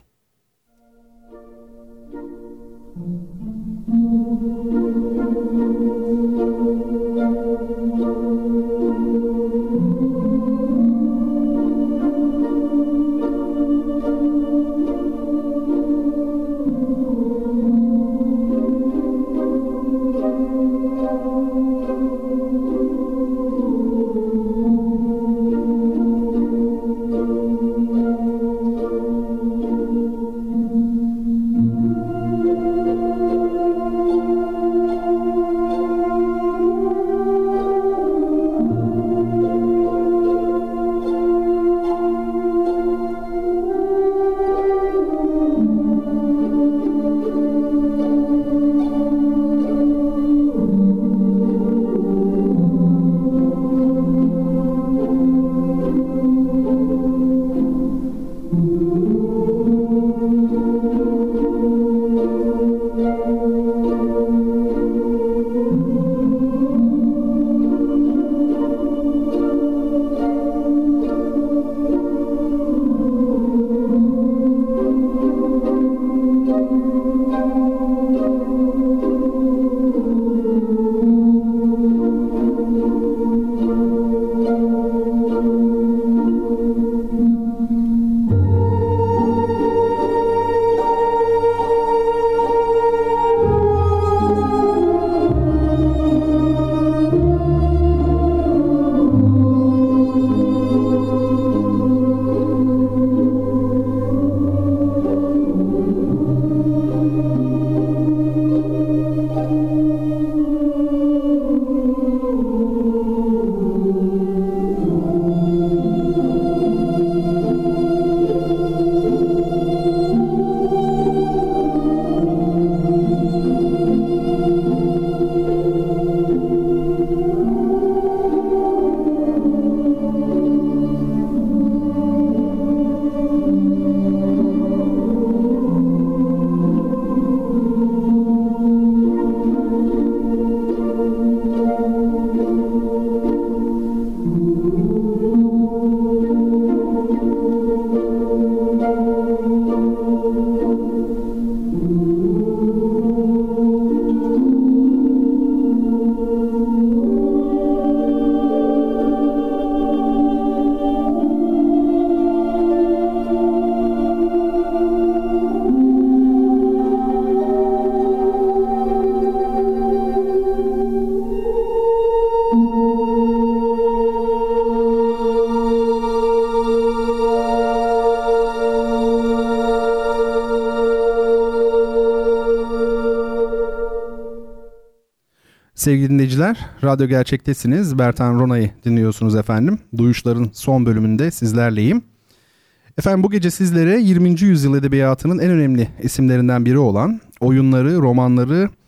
Sevgili dinleyiciler, Radyo Gerçek'tesiniz. Bertan Rona'yı dinliyorsunuz efendim. Duyuşların son bölümünde sizlerleyim. Efendim, bu gece sizlere 20. yüzyıl edebiyatının en önemli isimlerinden biri olan oyunları, romanları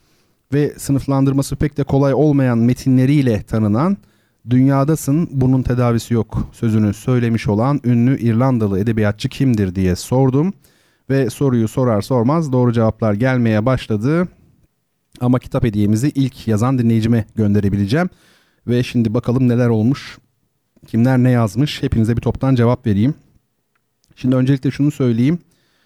ve sınıflandırması pek de kolay olmayan metinleriyle tanınan, "Dünyadasın, bunun tedavisi yok" sözünü söylemiş olan ünlü İrlandalı edebiyatçı kimdir diye sordum. Ve soruyu sorar sormaz doğru cevaplar gelmeye başladı. Ama kitap hediyemizi ilk yazan dinleyicime gönderebileceğim. Ve şimdi bakalım neler olmuş, kimler ne yazmış, hepinize bir toptan cevap vereyim. Şimdi öncelikle şunu söyleyeyim.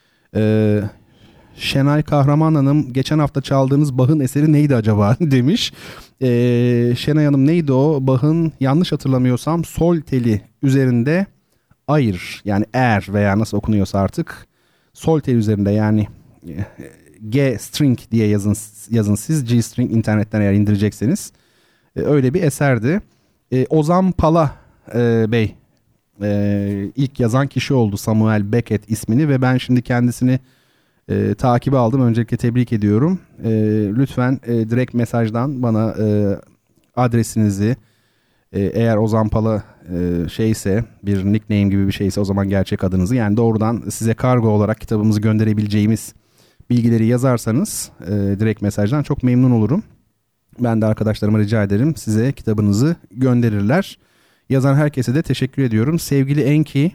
Şenay Kahraman Hanım, geçen hafta çaldığınız Bach'ın eseri neydi acaba demiş. Şenay Hanım, neydi o? Bach'ın, yanlış hatırlamıyorsam, sol teli üzerinde ayır, yani er veya nasıl okunuyorsa artık, sol tel üzerinde, yani G string diye yazın siz, G string internetten eğer indirecekseniz, öyle bir eserdi. Ozan Pala Bey ilk yazan kişi oldu, Samuel Beckett ismini, ve ben şimdi kendisini takibe aldım. Öncelikle tebrik ediyorum. Lütfen direkt mesajdan bana adresinizi, eğer Ozan Pala şeyse, bir nickname gibi bir şeyse, o zaman gerçek adınızı, yani doğrudan size kargo olarak kitabımızı gönderebileceğimiz bilgileri yazarsanız direkt mesajdan çok memnun olurum. Ben de arkadaşlarıma rica ederim, size kitabınızı gönderirler. Yazan herkese de teşekkür ediyorum. Sevgili Enki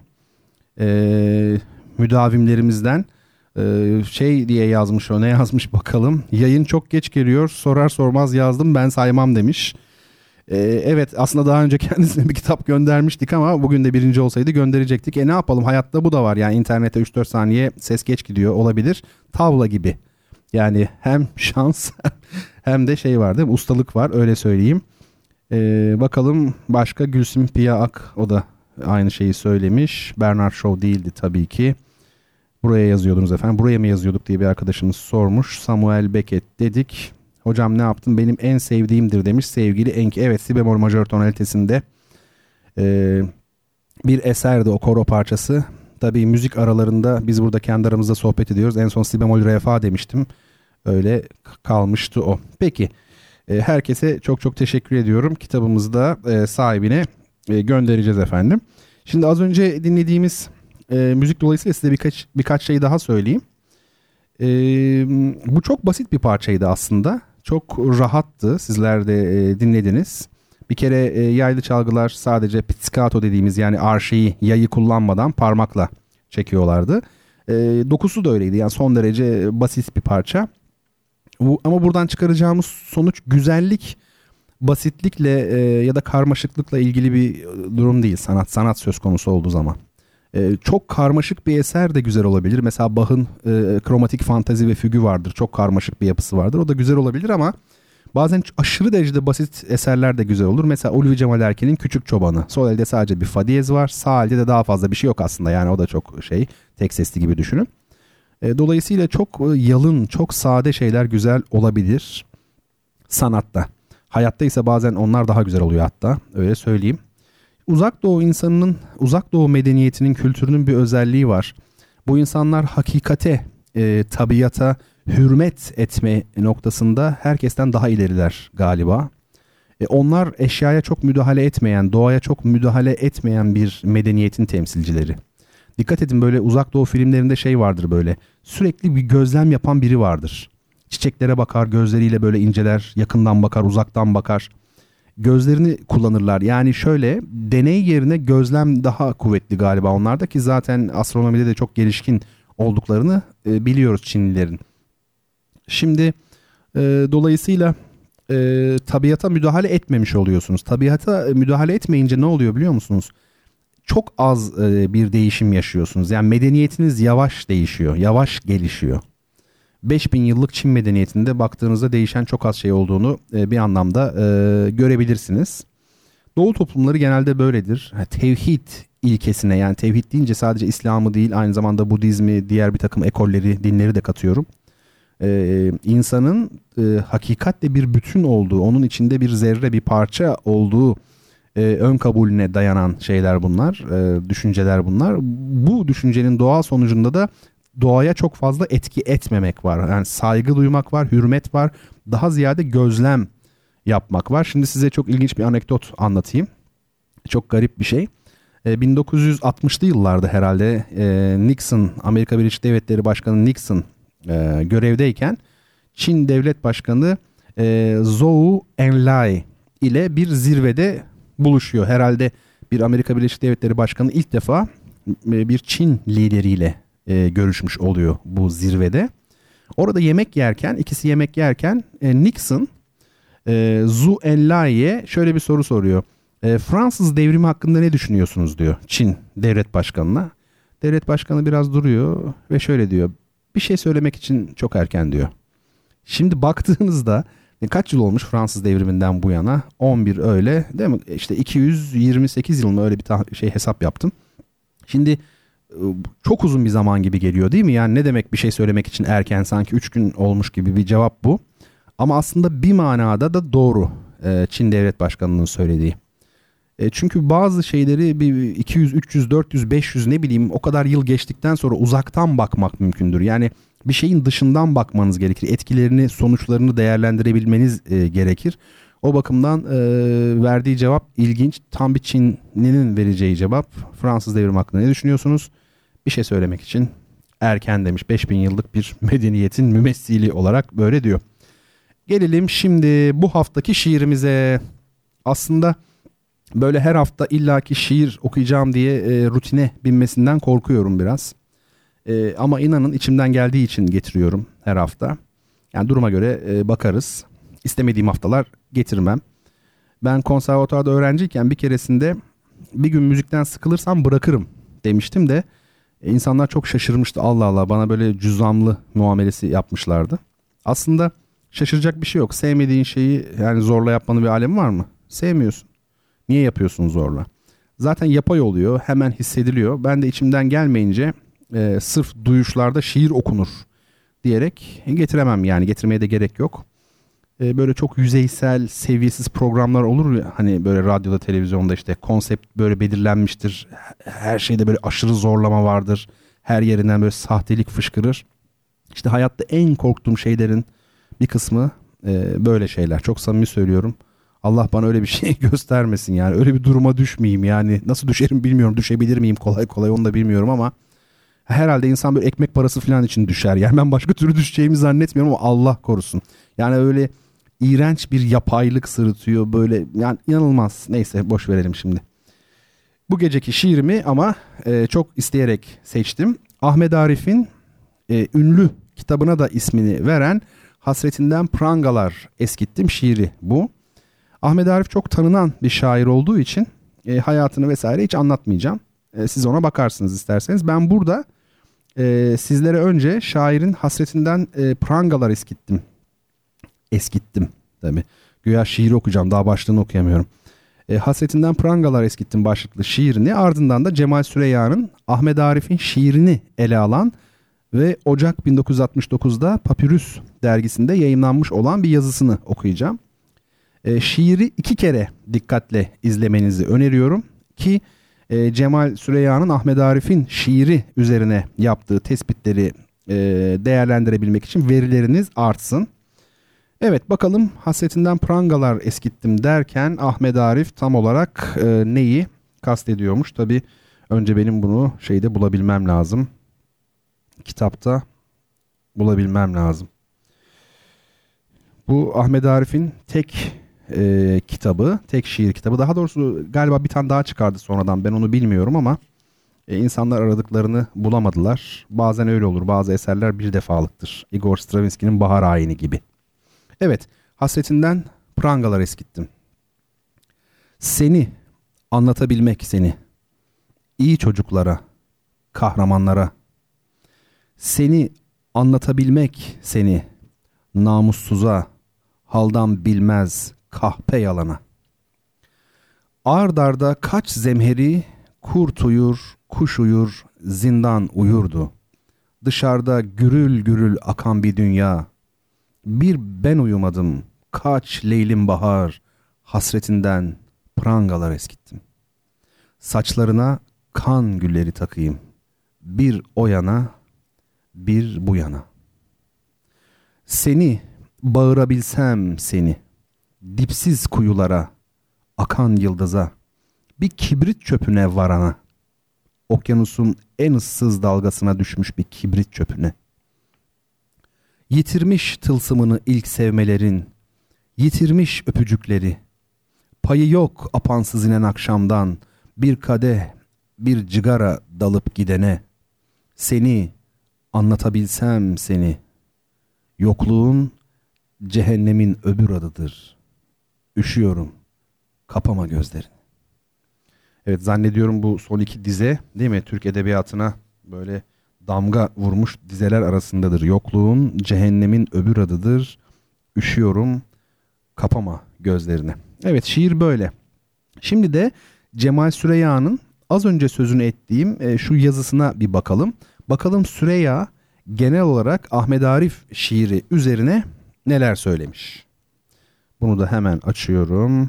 müdavimlerimizden şey diye yazmış, o ne yazmış bakalım. "Yayın çok geç geliyor, sorar sormaz yazdım, ben saymam" demiş. Evet, aslında daha önce kendisine bir kitap göndermiştik ama bugün de birinci olsaydı gönderecektik. Ne yapalım, hayatta bu da var yani, internete 3-4 saniye ses geç gidiyor olabilir. Tavla gibi yani, hem şans hem de şey var değil mi, ustalık var, öyle söyleyeyim. Bakalım başka, Gülsüm Piya Ak, o da aynı şeyi söylemiş. Bernard Shaw değildi tabii ki. "Buraya yazıyordunuz efendim, buraya mı yazıyorduk" diye bir arkadaşımız sormuş. Samuel Beckett dedik. "Hocam ne yaptın, benim en sevdiğimdir" demiş sevgili Enki. Evet, si bemol majör tonalitesinde bir eserdi o koro parçası. Tabii müzik aralarında biz burada kendi aramızda sohbet ediyoruz. En son si bemol re fa demiştim. Öyle kalmıştı o. Peki, herkese çok çok teşekkür ediyorum. Kitabımızı da sahibine göndereceğiz efendim. Şimdi az önce dinlediğimiz müzik dolayısıyla size birkaç şey daha söyleyeyim. Bu çok basit bir parçaydı aslında. Çok rahattı. Sizler de dinlediniz. Bir kere yaylı çalgılar sadece pizzicato dediğimiz, yani arşeyi, yayı kullanmadan parmakla çekiyorlardı. Dokusu da öyleydi. Yani son derece basit bir parça. Ama buradan çıkaracağımız sonuç güzellik, basitlikle ya da karmaşıklıkla ilgili bir durum değil. Sanat söz konusu olduğu zaman. Çok karmaşık bir eser de güzel olabilir. Mesela Bach'ın kromatik fantezi ve fügü vardır. Çok karmaşık bir yapısı vardır. O da güzel olabilir ama bazen aşırı derecede basit eserler de güzel olur. Mesela Ulvi Cemal Erkin'in Küçük Çobanı. Sol elde sadece bir fa diyez var. Sağ elde de daha fazla bir şey yok aslında. Yani o da çok tek sesli gibi düşünün. Dolayısıyla çok yalın, çok sade şeyler güzel olabilir sanatta. Hayatta ise bazen onlar daha güzel oluyor, hatta öyle söyleyeyim. Uzak Doğu insanının, Uzak Doğu medeniyetinin, kültürünün bir özelliği var. Bu insanlar hakikate, tabiata hürmet etme noktasında herkesten daha ileriler galiba. Onlar eşyaya çok müdahale etmeyen, doğaya çok müdahale etmeyen bir medeniyetin temsilcileri. Dikkat edin, böyle Uzak Doğu filmlerinde şey vardır böyle. Sürekli bir gözlem yapan biri vardır. Çiçeklere bakar, gözleriyle böyle inceler, yakından bakar, uzaktan bakar. Gözlerini kullanırlar. Yani şöyle, deney yerine gözlem daha kuvvetli galiba onlarda, ki zaten astronomide de çok gelişkin olduklarını biliyoruz Çinlilerin. Şimdi dolayısıyla tabiata müdahale etmemiş oluyorsunuz. Tabiata müdahale etmeyince ne oluyor biliyor musunuz? Çok az bir değişim yaşıyorsunuz. Yani medeniyetiniz yavaş değişiyor, yavaş gelişiyor. 5000 yıllık Çin medeniyetinde baktığınızda değişen çok az şey olduğunu bir anlamda görebilirsiniz. Doğu toplumları genelde böyledir. Tevhid ilkesine, yani tevhid deyince sadece İslam'ı değil, aynı zamanda Budizmi, diğer bir takım ekolleri, dinleri de katıyorum. İnsanın hakikatle bir bütün olduğu, onun içinde bir zerre, bir parça olduğu ön kabulüne dayanan şeyler bunlar, düşünceler bunlar. Bu düşüncenin doğal sonucunda da doğaya çok fazla etki etmemek var. Yani saygı duymak var, hürmet var, daha ziyade gözlem yapmak var. Şimdi size çok ilginç bir anekdot anlatayım. Çok garip bir şey. 1960'lı yıllarda herhalde Nixon, Amerika Birleşik Devletleri Başkanı Nixon görevdeyken Çin Devlet Başkanı Zhou Enlai ile bir zirvede buluşuyor. Herhalde bir Amerika Birleşik Devletleri Başkanı ilk defa bir Çin lideriyle görüşmüş oluyor bu zirvede. Orada ikisi yemek yerken Nixon Zhou Enlai'ye şöyle bir soru soruyor. Fransız devrimi hakkında ne düşünüyorsunuz diyor Çin devlet başkanına. Devlet başkanı biraz duruyor ve şöyle diyor. Bir şey söylemek için çok erken diyor. Şimdi baktığınızda kaç yıl olmuş Fransız devriminden bu yana? 11 öyle değil mi? İşte 228 yıl mı, öyle bir hesap yaptım. Şimdi çok uzun bir zaman gibi geliyor değil mi? Yani ne demek bir şey söylemek için erken, sanki 3 gün olmuş gibi bir cevap bu. Ama aslında bir manada da doğru Çin devlet başkanının söylediği. Çünkü bazı şeyleri bir 200, 300, 400, 500 ne bileyim o kadar yıl geçtikten sonra uzaktan bakmak mümkündür. Yani bir şeyin dışından bakmanız gerekir. Etkilerini, sonuçlarını değerlendirebilmeniz gerekir. O bakımdan verdiği cevap ilginç. Tam bir Çinli'nin vereceği cevap. Fransız devrimi hakkında ne düşünüyorsunuz? Bir şey söylemek için erken demiş. 5000 yıllık bir medeniyetin mümessili olarak böyle diyor. Gelelim şimdi bu haftaki şiirimize. Aslında böyle her hafta illaki şiir okuyacağım diye rutine binmesinden korkuyorum biraz. Ama inanın içimden geldiği için getiriyorum her hafta. Yani duruma göre bakarız. İstemediğim haftalar getirmem. Ben konservatuvarda öğrenciyken bir keresinde bir gün müzikten sıkılırsam bırakırım demiştim de insanlar çok şaşırmıştı. Allah Allah, bana böyle cüzzamlı muamelesi yapmışlardı. Aslında şaşıracak bir şey yok. Sevmediğin şeyi yani zorla yapmanın bir alemi var mı? Sevmiyorsun. Niye yapıyorsun zorla? Zaten yapay oluyor. Hemen hissediliyor. Ben de içimden gelmeyince sırf duyuşlarda şiir okunur diyerek getiremem, yani getirmeye de gerek yok. Böyle çok yüzeysel, seviyesiz programlar olur ya, hani böyle radyoda, televizyonda işte konsept böyle belirlenmiştir. Her şeyde böyle aşırı zorlama vardır. Her yerinden böyle sahtelik fışkırır. İşte hayatta en korktuğum şeylerin bir kısmı böyle şeyler. Çok samimi söylüyorum. Allah bana öyle bir şey göstermesin yani. Öyle bir duruma düşmeyeyim yani. Nasıl düşerim bilmiyorum. Düşebilir miyim kolay kolay onu da bilmiyorum ama herhalde insan böyle ekmek parası falan için düşer. Yani ben başka türlü düşeceğimi zannetmiyorum ama Allah korusun. Yani öyle iğrenç bir yapaylık sırıtıyor böyle. Yani inanılmaz. Neyse boş verelim şimdi. Bu geceki şiirimi ama çok isteyerek seçtim. Ahmet Arif'in ünlü kitabına da ismini veren Hasretinden Prangalar Eskittim şiiri bu. Ahmet Arif çok tanınan bir şair olduğu için hayatını vesaire hiç anlatmayacağım. Siz ona bakarsınız isterseniz. Ben burada sizlere önce şairin Hasretinden Prangalar Eskittim tabii. Güya şiiri okuyacağım, daha başlığını okuyamıyorum. Hasretinden Prangalar Eskittim başlıklı şiirini, ardından da Cemal Süreyya'nın Ahmet Arif'in şiirini ele alan ve Ocak 1969'da Papyrus dergisinde yayımlanmış olan bir yazısını okuyacağım. Şiiri 2 kere dikkatle izlemenizi öneriyorum ki Cemal Süreyya'nın Ahmet Arif'in şiiri üzerine yaptığı tespitleri değerlendirebilmek için verileriniz artsın. Evet, bakalım Hasretinden Prangalar Eskittim derken Ahmet Arif tam olarak neyi kastediyormuş? Tabii önce benim bunu şeyde bulabilmem lazım. Kitapta bulabilmem lazım. Bu Ahmet Arif'in tek kitabı, tek şiir kitabı. Daha doğrusu galiba bir tane daha çıkardı sonradan, ben onu bilmiyorum ama insanlar aradıklarını bulamadılar. Bazen öyle olur, bazı eserler bir defalıktır. Igor Stravinsky'nin Bahar Ayini gibi. Evet, Hasretinden Prangalar Eskittim. Seni anlatabilmek, seni iyi çocuklara, kahramanlara, seni anlatabilmek, seni namussuza, haldan bilmez kahpe yalana. Ard arda kaç zemheri, kurt uyur, kuş uyur, zindan uyurdu. Dışarıda gürül gürül akan bir dünya. Bir ben uyumadım, kaç leylim bahar, hasretinden prangalar eskittim. Saçlarına kan gülleri takayım, bir o yana, bir bu yana. Seni bağırabilsem, seni dipsiz kuyulara, akan yıldıza, bir kibrit çöpüne varana, okyanusun en ıssız dalgasına düşmüş bir kibrit çöpüne. Yitirmiş tılsımını ilk sevmelerin, Yitirmiş öpücükleri. Payı yok apansız inen akşamdan. Bir kadeh, bir cigara dalıp gidene. Seni anlatabilsem seni. Yokluğun cehennemin öbür adıdır. Üşüyorum. Kapama gözlerini. Evet, zannediyorum bu son iki dize değil mi? Türk edebiyatına böyle damga vurmuş dizeler arasındadır. Yokluğun cehennemin öbür adıdır. Üşüyorum. Kapama gözlerini. Evet, şiir böyle. Şimdi de Cemal Süreyya'nın az önce sözünü ettiğim şu yazısına bir bakalım. Bakalım Süreyya genel olarak Ahmet Arif şiiri üzerine neler söylemiş. Bunu da hemen açıyorum.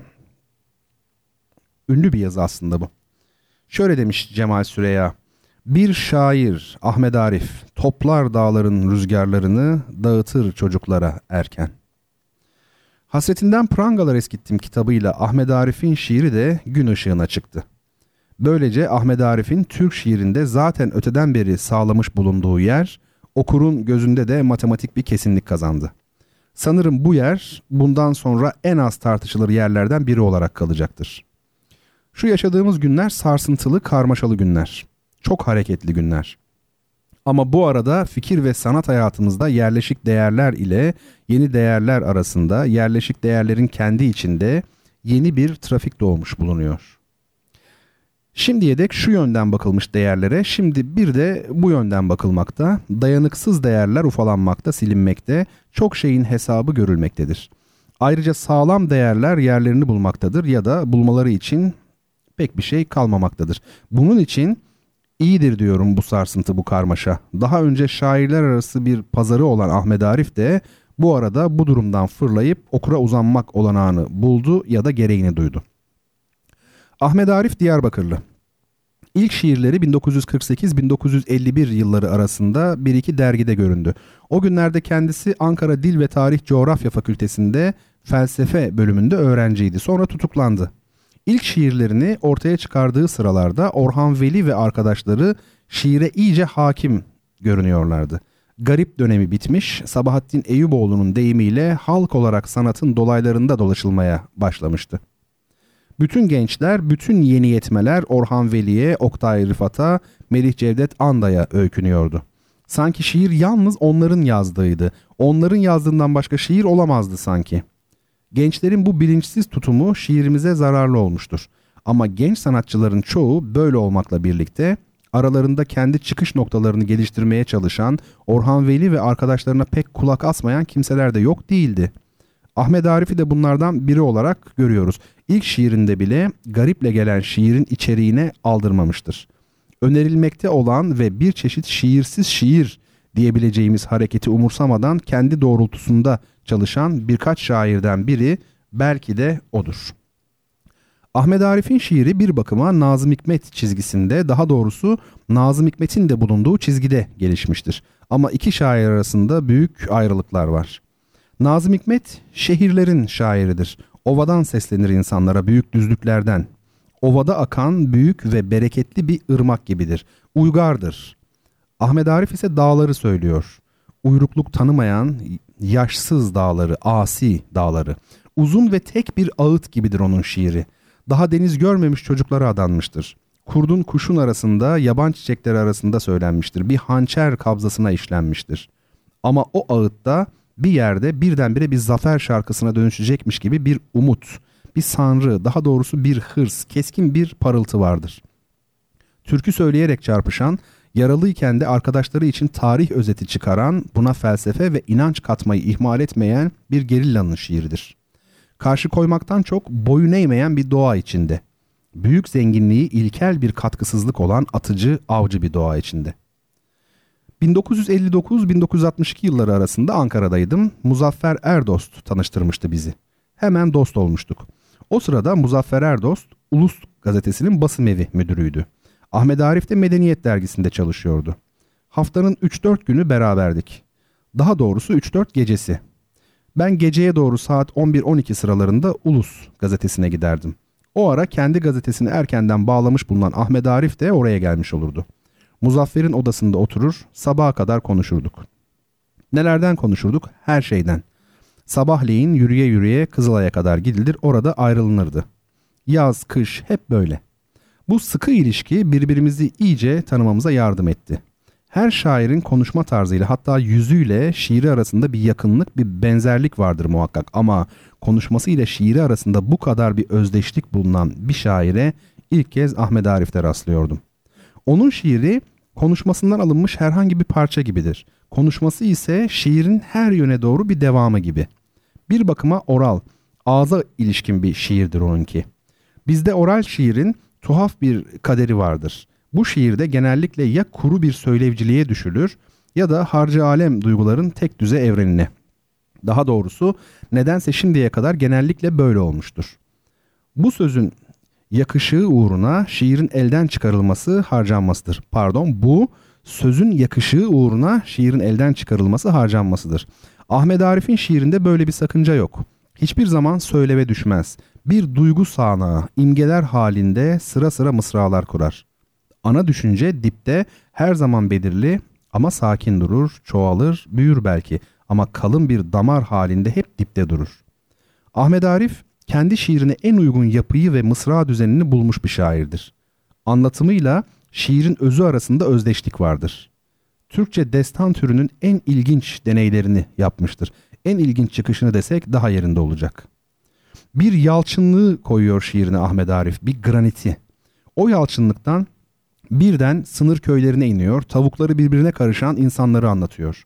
Ünlü bir yazı aslında bu. Şöyle demiş Cemal Süreyya. Bir şair Ahmet Arif toplar dağların rüzgarlarını, dağıtır çocuklara erken. Hasretinden prangalar eskittim kitabıyla Ahmet Arif'in şiiri de gün ışığına çıktı. Böylece Ahmet Arif'in Türk şiirinde zaten öteden beri sağlamış bulunduğu yer, okurun gözünde de matematik bir kesinlik kazandı. Sanırım bu yer bundan sonra en az tartışılır yerlerden biri olarak kalacaktır. Şu yaşadığımız günler sarsıntılı, karmaşalı günler. Çok hareketli günler. Ama bu arada fikir ve sanat hayatımızda yerleşik değerler ile yeni değerler arasında, yerleşik değerlerin kendi içinde yeni bir trafik doğmuş bulunuyor. Şimdiye dek şu yönden bakılmış değerlere, şimdi bir de bu yönden bakılmakta, dayanıksız değerler ufalanmakta, silinmekte, çok şeyin hesabı görülmektedir. Ayrıca sağlam değerler yerlerini bulmaktadır ya da bulmaları için pek bir şey kalmamaktadır. Bunun için iyidir diyorum bu sarsıntı, bu karmaşa. Daha önce şairler arası bir pazarı olan Ahmet Arif de bu arada bu durumdan fırlayıp okura uzanmak olanağını buldu ya da gereğini duydu. Ahmet Arif Diyarbakırlı. İlk şiirleri 1948-1951 yılları arasında bir iki dergide göründü. O günlerde kendisi Ankara Dil ve Tarih Coğrafya Fakültesi'nde felsefe bölümünde öğrenciydi. Sonra tutuklandı. İlk şiirlerini ortaya çıkardığı sıralarda Orhan Veli ve arkadaşları şiire iyice hakim görünüyorlardı. Garip dönemi bitmiş, Sabahattin Eyüboğlu'nun deyimiyle halk olarak sanatın dolaylarında dolaşılmaya başlamıştı. Bütün gençler, bütün yeni yetmeler Orhan Veli'ye, Oktay Rıfat'a, Melih Cevdet Anda'ya öykünüyordu. Sanki şiir yalnız onların yazdığıydı. Onların yazdığından başka şiir olamazdı sanki. Gençlerin bu bilinçsiz tutumu şiirimize zararlı olmuştur. Ama genç sanatçıların çoğu böyle olmakla birlikte aralarında kendi çıkış noktalarını geliştirmeye çalışan, Orhan Veli ve arkadaşlarına pek kulak asmayan kimseler de yok değildi. Ahmet Arif'i de bunlardan biri olarak görüyoruz. İlk şiirinde bile gariple gelen şiirin içeriğine aldırmamıştır. Önerilmekte olan ve bir çeşit şiirsiz şiir diyebileceğimiz hareketi umursamadan kendi doğrultusunda çalışan birkaç şairden biri belki de odur. Ahmet Arif'in şiiri bir bakıma Nazım Hikmet çizgisinde, daha doğrusu Nazım Hikmet'in de bulunduğu çizgide gelişmiştir. Ama iki şair arasında büyük ayrılıklar var. Nazım Hikmet şehirlerin şairidir. Ovadan seslenir insanlara, büyük düzlüklerden. Ovada akan büyük ve bereketli bir ırmak gibidir. Uygardır. Ahmet Arif ise dağları söylüyor. Uyrukluk tanımayan yaşsız dağları, asi dağları. Uzun ve tek bir ağıt gibidir onun şiiri. Daha deniz görmemiş çocuklara adanmıştır. Kurdun kuşun arasında, yaban çiçekleri arasında söylenmiştir. Bir hançer kabzasına işlenmiştir. Ama o ağıtta bir yerde birdenbire bir zafer şarkısına dönüşecekmiş gibi bir umut, bir sanrı, daha doğrusu bir hırs, keskin bir parıltı vardır. Türkü söyleyerek çarpışan, yaralıyken de arkadaşları için tarih özeti çıkaran, buna felsefe ve inanç katmayı ihmal etmeyen bir gerillanın şiiridir. Karşı koymaktan çok boyun eğmeyen bir doğa içinde. Büyük zenginliği ilkel bir katkısızlık olan atıcı, avcı bir doğa içinde. 1959-1962 yılları arasında Ankara'daydım. Muzaffer Erdost tanıştırmıştı bizi. Hemen dost olmuştuk. O sırada Muzaffer Erdost, Ulus gazetesinin basım evi müdürüydü. Ahmet Arif de Medeniyet dergisinde çalışıyordu. Haftanın 3-4 günü beraberdik. Daha doğrusu 3-4 gecesi. Ben geceye doğru saat 11-12 sıralarında Ulus gazetesine giderdim. O ara kendi gazetesini erkenden bağlamış bulunan Ahmet Arif de oraya gelmiş olurdu. Muzaffer'in odasında oturur, sabaha kadar konuşurduk. Nelerden konuşurduk? Her şeyden. Sabahleyin yürüye yürüye Kızılay'a kadar gidilir, orada ayrılınırdı. Yaz, kış hep böyle. Bu sıkı ilişki birbirimizi iyice tanımamıza yardım etti. Her şairin konuşma tarzıyla, hatta yüzüyle şiiri arasında bir yakınlık, bir benzerlik vardır muhakkak. Ama konuşması ile şiiri arasında bu kadar bir özdeşlik bulunan bir şaire ilk kez Ahmet Arif'te rastlıyordum. Onun şiiri konuşmasından alınmış herhangi bir parça gibidir. Konuşması ise şiirin her yöne doğru bir devamı gibi. Bir bakıma oral, ağza ilişkin bir şiirdir onunki. Bizde oral şiirin tuhaf bir kaderi vardır. Bu şiirde genellikle ya kuru bir söylevciliğe düşülür ya da harcı alem duyguların tek düze evrenine. Daha doğrusu nedense şimdiye kadar genellikle böyle olmuştur. Bu sözün yakışığı uğruna şiirin elden çıkarılması harcanmasıdır. Bu sözün yakışığı uğruna şiirin elden çıkarılması harcanmasıdır. Ahmet Arif'in şiirinde böyle bir sakınca yok. Hiçbir zaman söyleve düşmez. Bir duygu sahnağı, imgeler halinde sıra sıra mısralar kurar. Ana düşünce dipte her zaman belirli ama sakin durur, çoğalır, büyür belki ama kalın bir damar halinde hep dipte durur. Ahmet Arif kendi şiirine en uygun yapıyı ve mısra düzenini bulmuş bir şairdir. Anlatımıyla şiirin özü arasında özdeşlik vardır. Türkçe destan türünün en ilginç deneylerini yapmıştır. En ilginç çıkışını desek daha yerinde olacak. Bir yalçınlığı koyuyor şiirine Ahmet Arif, bir graniti. O yalçınlıktan birden sınır köylerine iniyor, tavukları birbirine karışan insanları anlatıyor.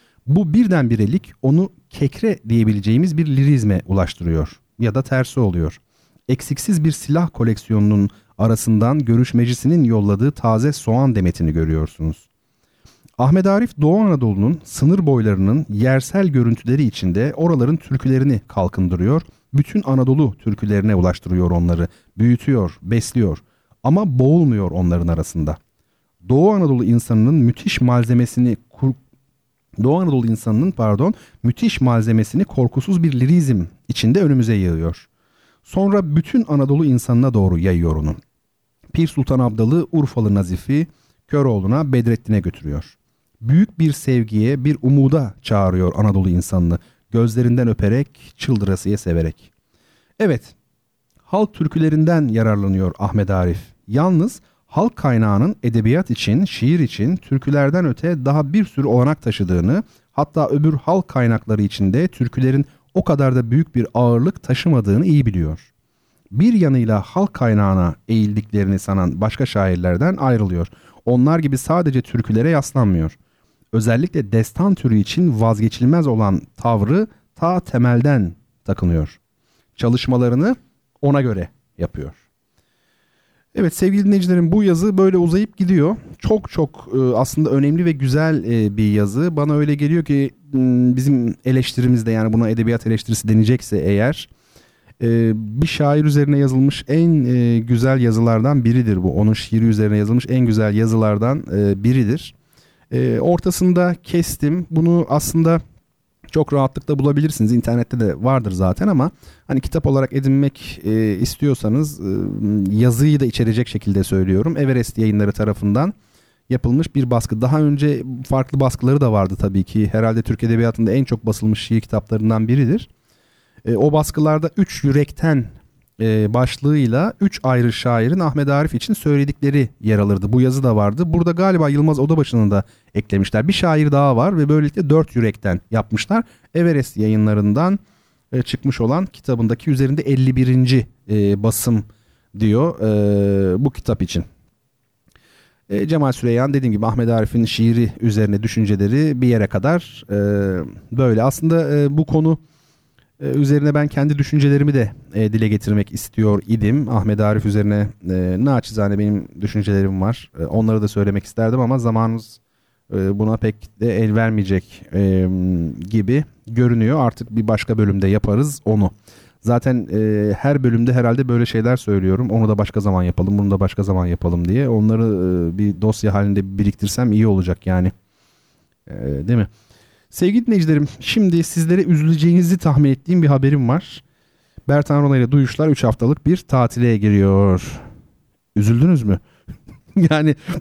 Bu birdenbirelik onu kekre diyebileceğimiz bir lirizme ulaştırıyor ya da tersi oluyor. Eksiksiz bir silah koleksiyonunun arasından görüşmecisinin yolladığı taze soğan demetini görüyorsunuz. Ahmet Arif Doğu Anadolu'nun sınır boylarının yersel görüntüleri içinde oraların türkülerini kalkındırıyor, bütün Anadolu türkülerine ulaştırıyor onları, büyütüyor, besliyor ama boğulmuyor onların arasında. Doğu Anadolu insanının müthiş malzemesini korkusuz bir lirizm içinde önümüze yığıyor. Sonra bütün Anadolu insanına doğru yayıyor onu. Pir Sultan Abdal'ı Urfalı Nazif'i Köroğlu'na, Bedrettin'e götürüyor. Büyük bir sevgiye, bir umuda çağırıyor Anadolu insanını. Gözlerinden öperek, çıldırasıya severek. Evet, halk türkülerinden yararlanıyor Ahmet Arif. Yalnız halk kaynağının edebiyat için, şiir için türkülerden öte daha bir sürü olanak taşıdığını, hatta öbür halk kaynakları içinde türkülerin o kadar da büyük bir ağırlık taşımadığını iyi biliyor. Bir yanıyla halk kaynağına eğildiklerini sanan başka şairlerden ayrılıyor. Onlar gibi sadece türkülere yaslanmıyor. Özellikle destan türü için vazgeçilmez olan tavrı ta temelden takınıyor. Çalışmalarını ona göre yapıyor. Evet sevgili dinleyicilerim, bu yazı böyle uzayıp gidiyor. Çok aslında önemli ve güzel bir yazı. Bana öyle geliyor ki bizim eleştirimizde, yani buna edebiyat eleştirisi denecekse eğer, bir şair üzerine yazılmış en güzel yazılardan biridir bu. Onun şiiri üzerine yazılmış en güzel yazılardan biridir. Ortasında kestim. Bunu aslında çok rahatlıkla bulabilirsiniz. İnternette de vardır zaten ama hani kitap olarak edinmek istiyorsanız yazıyı da içerecek şekilde söylüyorum. Everest Yayınları tarafından yapılmış bir baskı. Daha önce farklı baskıları da vardı tabii ki. Herhalde Türk Edebiyatı'nda en çok basılmış şiir kitaplarından biridir. O baskılarda 3 yürekten başlığıyla 3 ayrı şairin Ahmet Arif için söyledikleri yer alırdı. Bu yazı da vardı. Burada galiba Yılmaz Odabaşı'nı da eklemişler. Bir şair daha var ve böylelikle 4 yürekten yapmışlar. Everest Yayınlarından çıkmış olan kitabındaki üzerinde 51. Basım diyor bu kitap için. Cemal Süreyya'nın dediğim gibi Ahmet Arif'in şiiri üzerine düşünceleri bir yere kadar böyle. Aslında bu konu üzerine ben kendi düşüncelerimi de dile getirmek istiyor idim. Ahmet Arif üzerine naçizane benim düşüncelerim var. Onları da söylemek isterdim ama zamanımız buna pek de el vermeyecek gibi görünüyor. Artık bir başka bölümde yaparız onu. Zaten her bölümde herhalde böyle şeyler söylüyorum. Onu da başka zaman yapalım, bunu da başka zaman yapalım diye. Onları bir dosya halinde biriktirsem iyi olacak yani. Değil mi? Sevgili dinleyicilerim, şimdi sizlere üzüleceğinizi tahmin ettiğim bir haberim var. Bertan Rona ile Duyuşlar 3 haftalık bir tatile giriyor. Üzüldünüz mü? Yani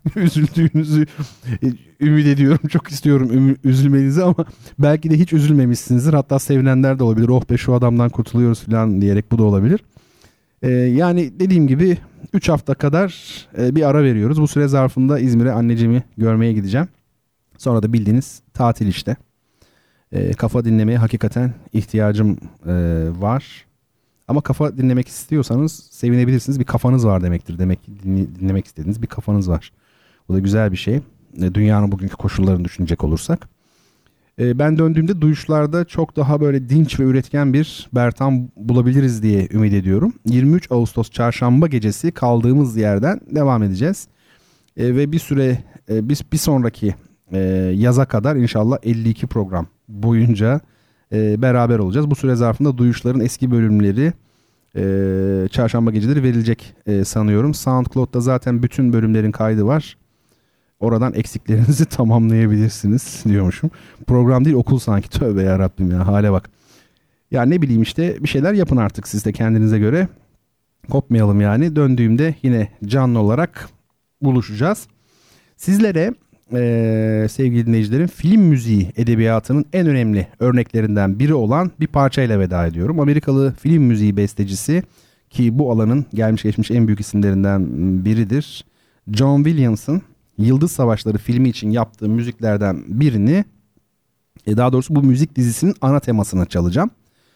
üzüldüğünüzü ümit ediyorum. Çok istiyorum üzülmenizi ama belki de hiç üzülmemişsinizdir. Hatta sevinenler de olabilir. Oh be şu adamdan kurtuluyoruz falan diyerek bu da olabilir. Yani dediğim gibi 3 hafta kadar bir ara veriyoruz. Bu süre zarfında İzmir'e anneciğimi görmeye gideceğim. Sonra da bildiğiniz tatil işte. Kafa dinlemeye hakikaten ihtiyacım var. Ama kafa dinlemek istiyorsanız sevinebilirsiniz. Bir kafanız var demektir. Demek ki dinlemek istediğiniz bir kafanız var. Bu da güzel bir şey. Dünyanın bugünkü koşullarını düşünecek olursak. Ben döndüğümde duyuşlarda çok daha böyle dinç ve üretken bir Bertan bulabiliriz diye ümit ediyorum. 23 Ağustos çarşamba gecesi kaldığımız yerden devam edeceğiz. Ve bir süre bir sonraki yaza kadar inşallah 52 program boyunca beraber olacağız. Bu süre zarfında duyuşların eski bölümleri çarşamba geceleri verilecek sanıyorum. SoundCloud'da zaten bütün bölümlerin kaydı var. Oradan eksiklerinizi tamamlayabilirsiniz diyormuşum. Program değil okul sanki, tövbe yarabbim ya, hale bak. Ya ne bileyim işte, bir şeyler yapın artık siz de kendinize göre. Kopmayalım yani. Döndüğümde yine canlı olarak buluşacağız. Sizlere sevgili dinleyicilerim, film müziği edebiyatının en önemli örneklerinden biri olan bir parçayla veda ediyorum. Amerikalı film müziği bestecisi, ki bu alanın gelmiş geçmiş en büyük isimlerinden biridir, John Williams'ın Yıldız Savaşları filmi için yaptığı müziklerden birini, daha doğrusu bu müzik dizisinin ana temasını çalacağım.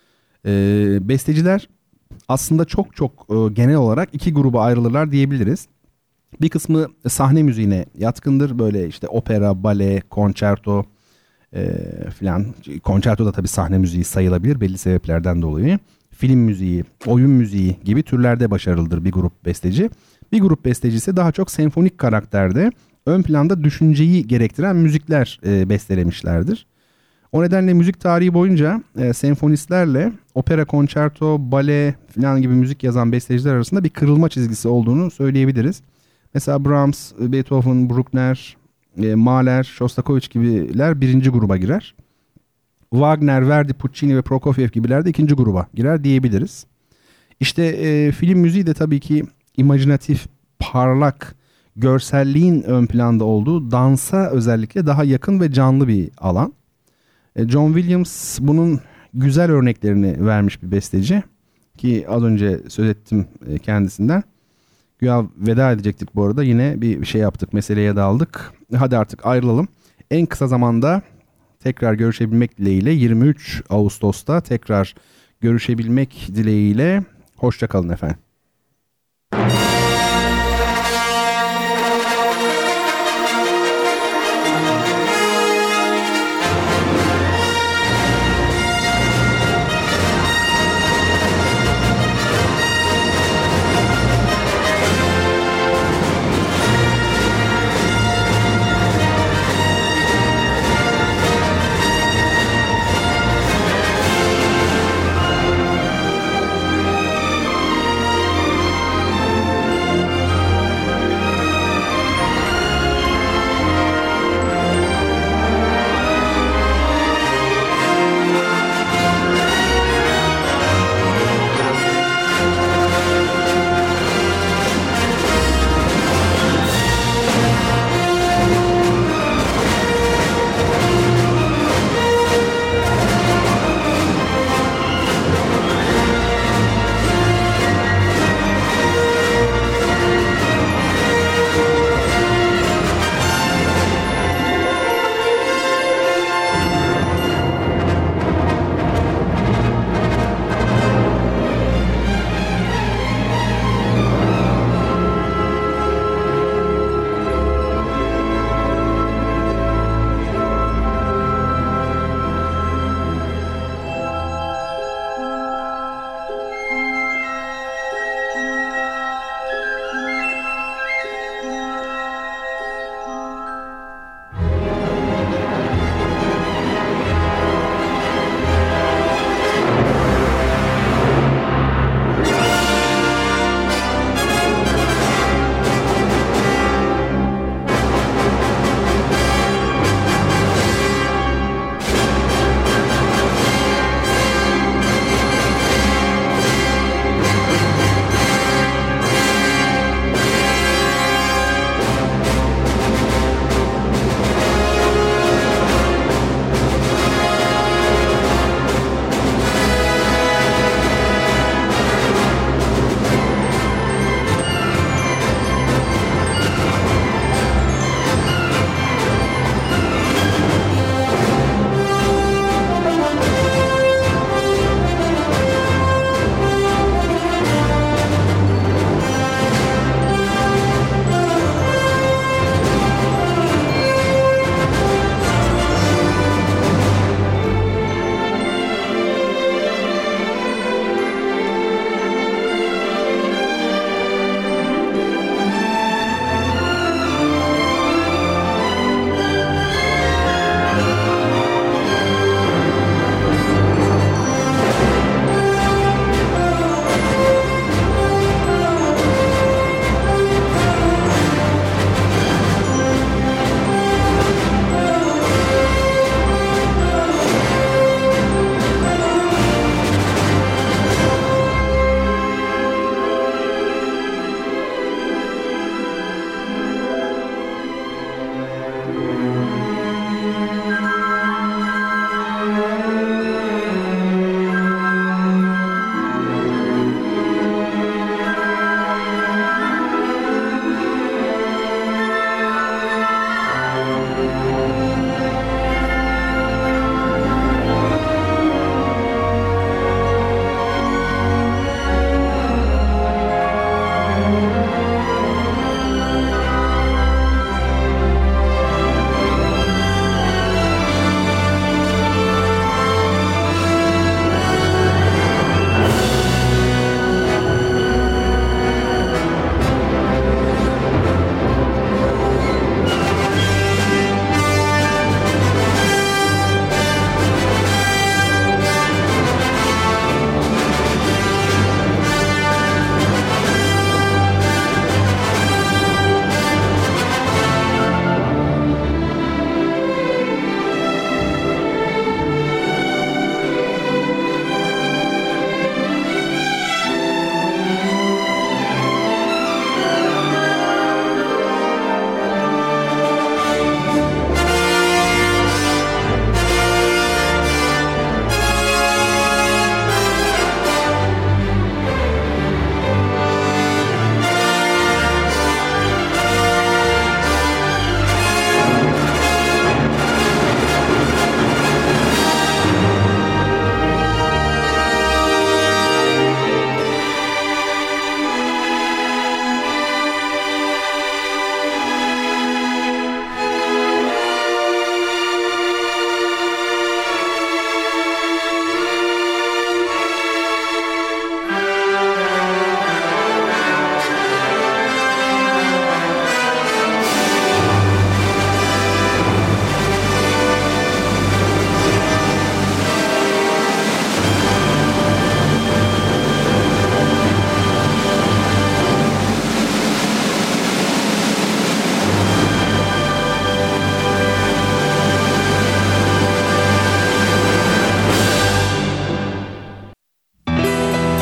Besteciler aslında çok genel olarak iki gruba ayrılırlar diyebiliriz. Bir kısmı sahne müziğine yatkındır. Böyle işte opera, bale, konçerto filan. Konçerto da tabii sahne müziği sayılabilir belli sebeplerden dolayı. Film müziği, oyun müziği gibi türlerde başarılıdır bir grup besteci. Bir grup besteci ise daha çok senfonik karakterde, ön planda düşünceyi gerektiren müzikler bestelemişlerdir. O nedenle müzik tarihi boyunca senfonistlerle opera, konçerto, bale filan gibi müzik yazan besteciler arasında bir kırılma çizgisi olduğunu söyleyebiliriz. Mesela Brahms, Beethoven, Bruckner, Mahler, Shostakovich gibiler birinci gruba girer. Wagner, Verdi, Puccini ve Prokofiev gibiler de ikinci gruba girer diyebiliriz. İşte film müziği de tabii ki imajinatif, parlak, görselliğin ön planda olduğu, dansa özellikle daha yakın ve canlı bir alan. John Williams bunun güzel örneklerini vermiş bir besteci, ki az önce söz ettim kendisinden. Güya veda edecektik bu arada, yine bir şey yaptık, meseleye daldık. Hadi artık ayrılalım. En kısa zamanda tekrar görüşebilmek dileğiyle, 23 Ağustos'ta tekrar görüşebilmek dileğiyle hoşça kalın efendim.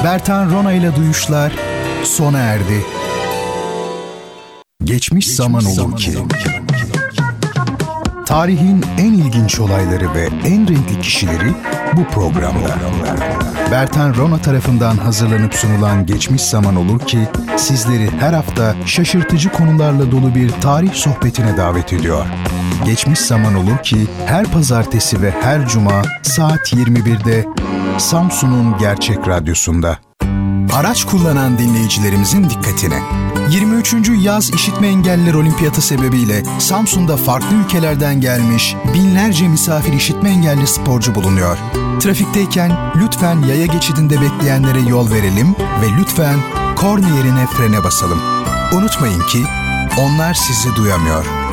Bertan Rona ile Duyuşlar sona erdi. Geçmiş zaman olur ki. Tarihin en ilginç olayları ve en renkli kişileri bu programda. Bertan Rona tarafından hazırlanıp sunulan Geçmiş Zaman Olur ki sizleri her hafta şaşırtıcı konularla dolu bir tarih sohbetine davet ediyor. Geçmiş Zaman Olur ki her pazartesi ve her cuma saat 21'de Samsun'un Gerçek Radyosu'nda. Araç kullanan dinleyicilerimizin dikkatine. 23. Yaz İşitme Engelliler Olimpiyatı sebebiyle Samsun'da farklı ülkelerden gelmiş binlerce misafir işitme engelli sporcu bulunuyor. Trafikteyken lütfen yaya geçidinde bekleyenlere yol verelim ve lütfen korna yerine frene basalım. Unutmayın ki onlar sizi duyamıyor.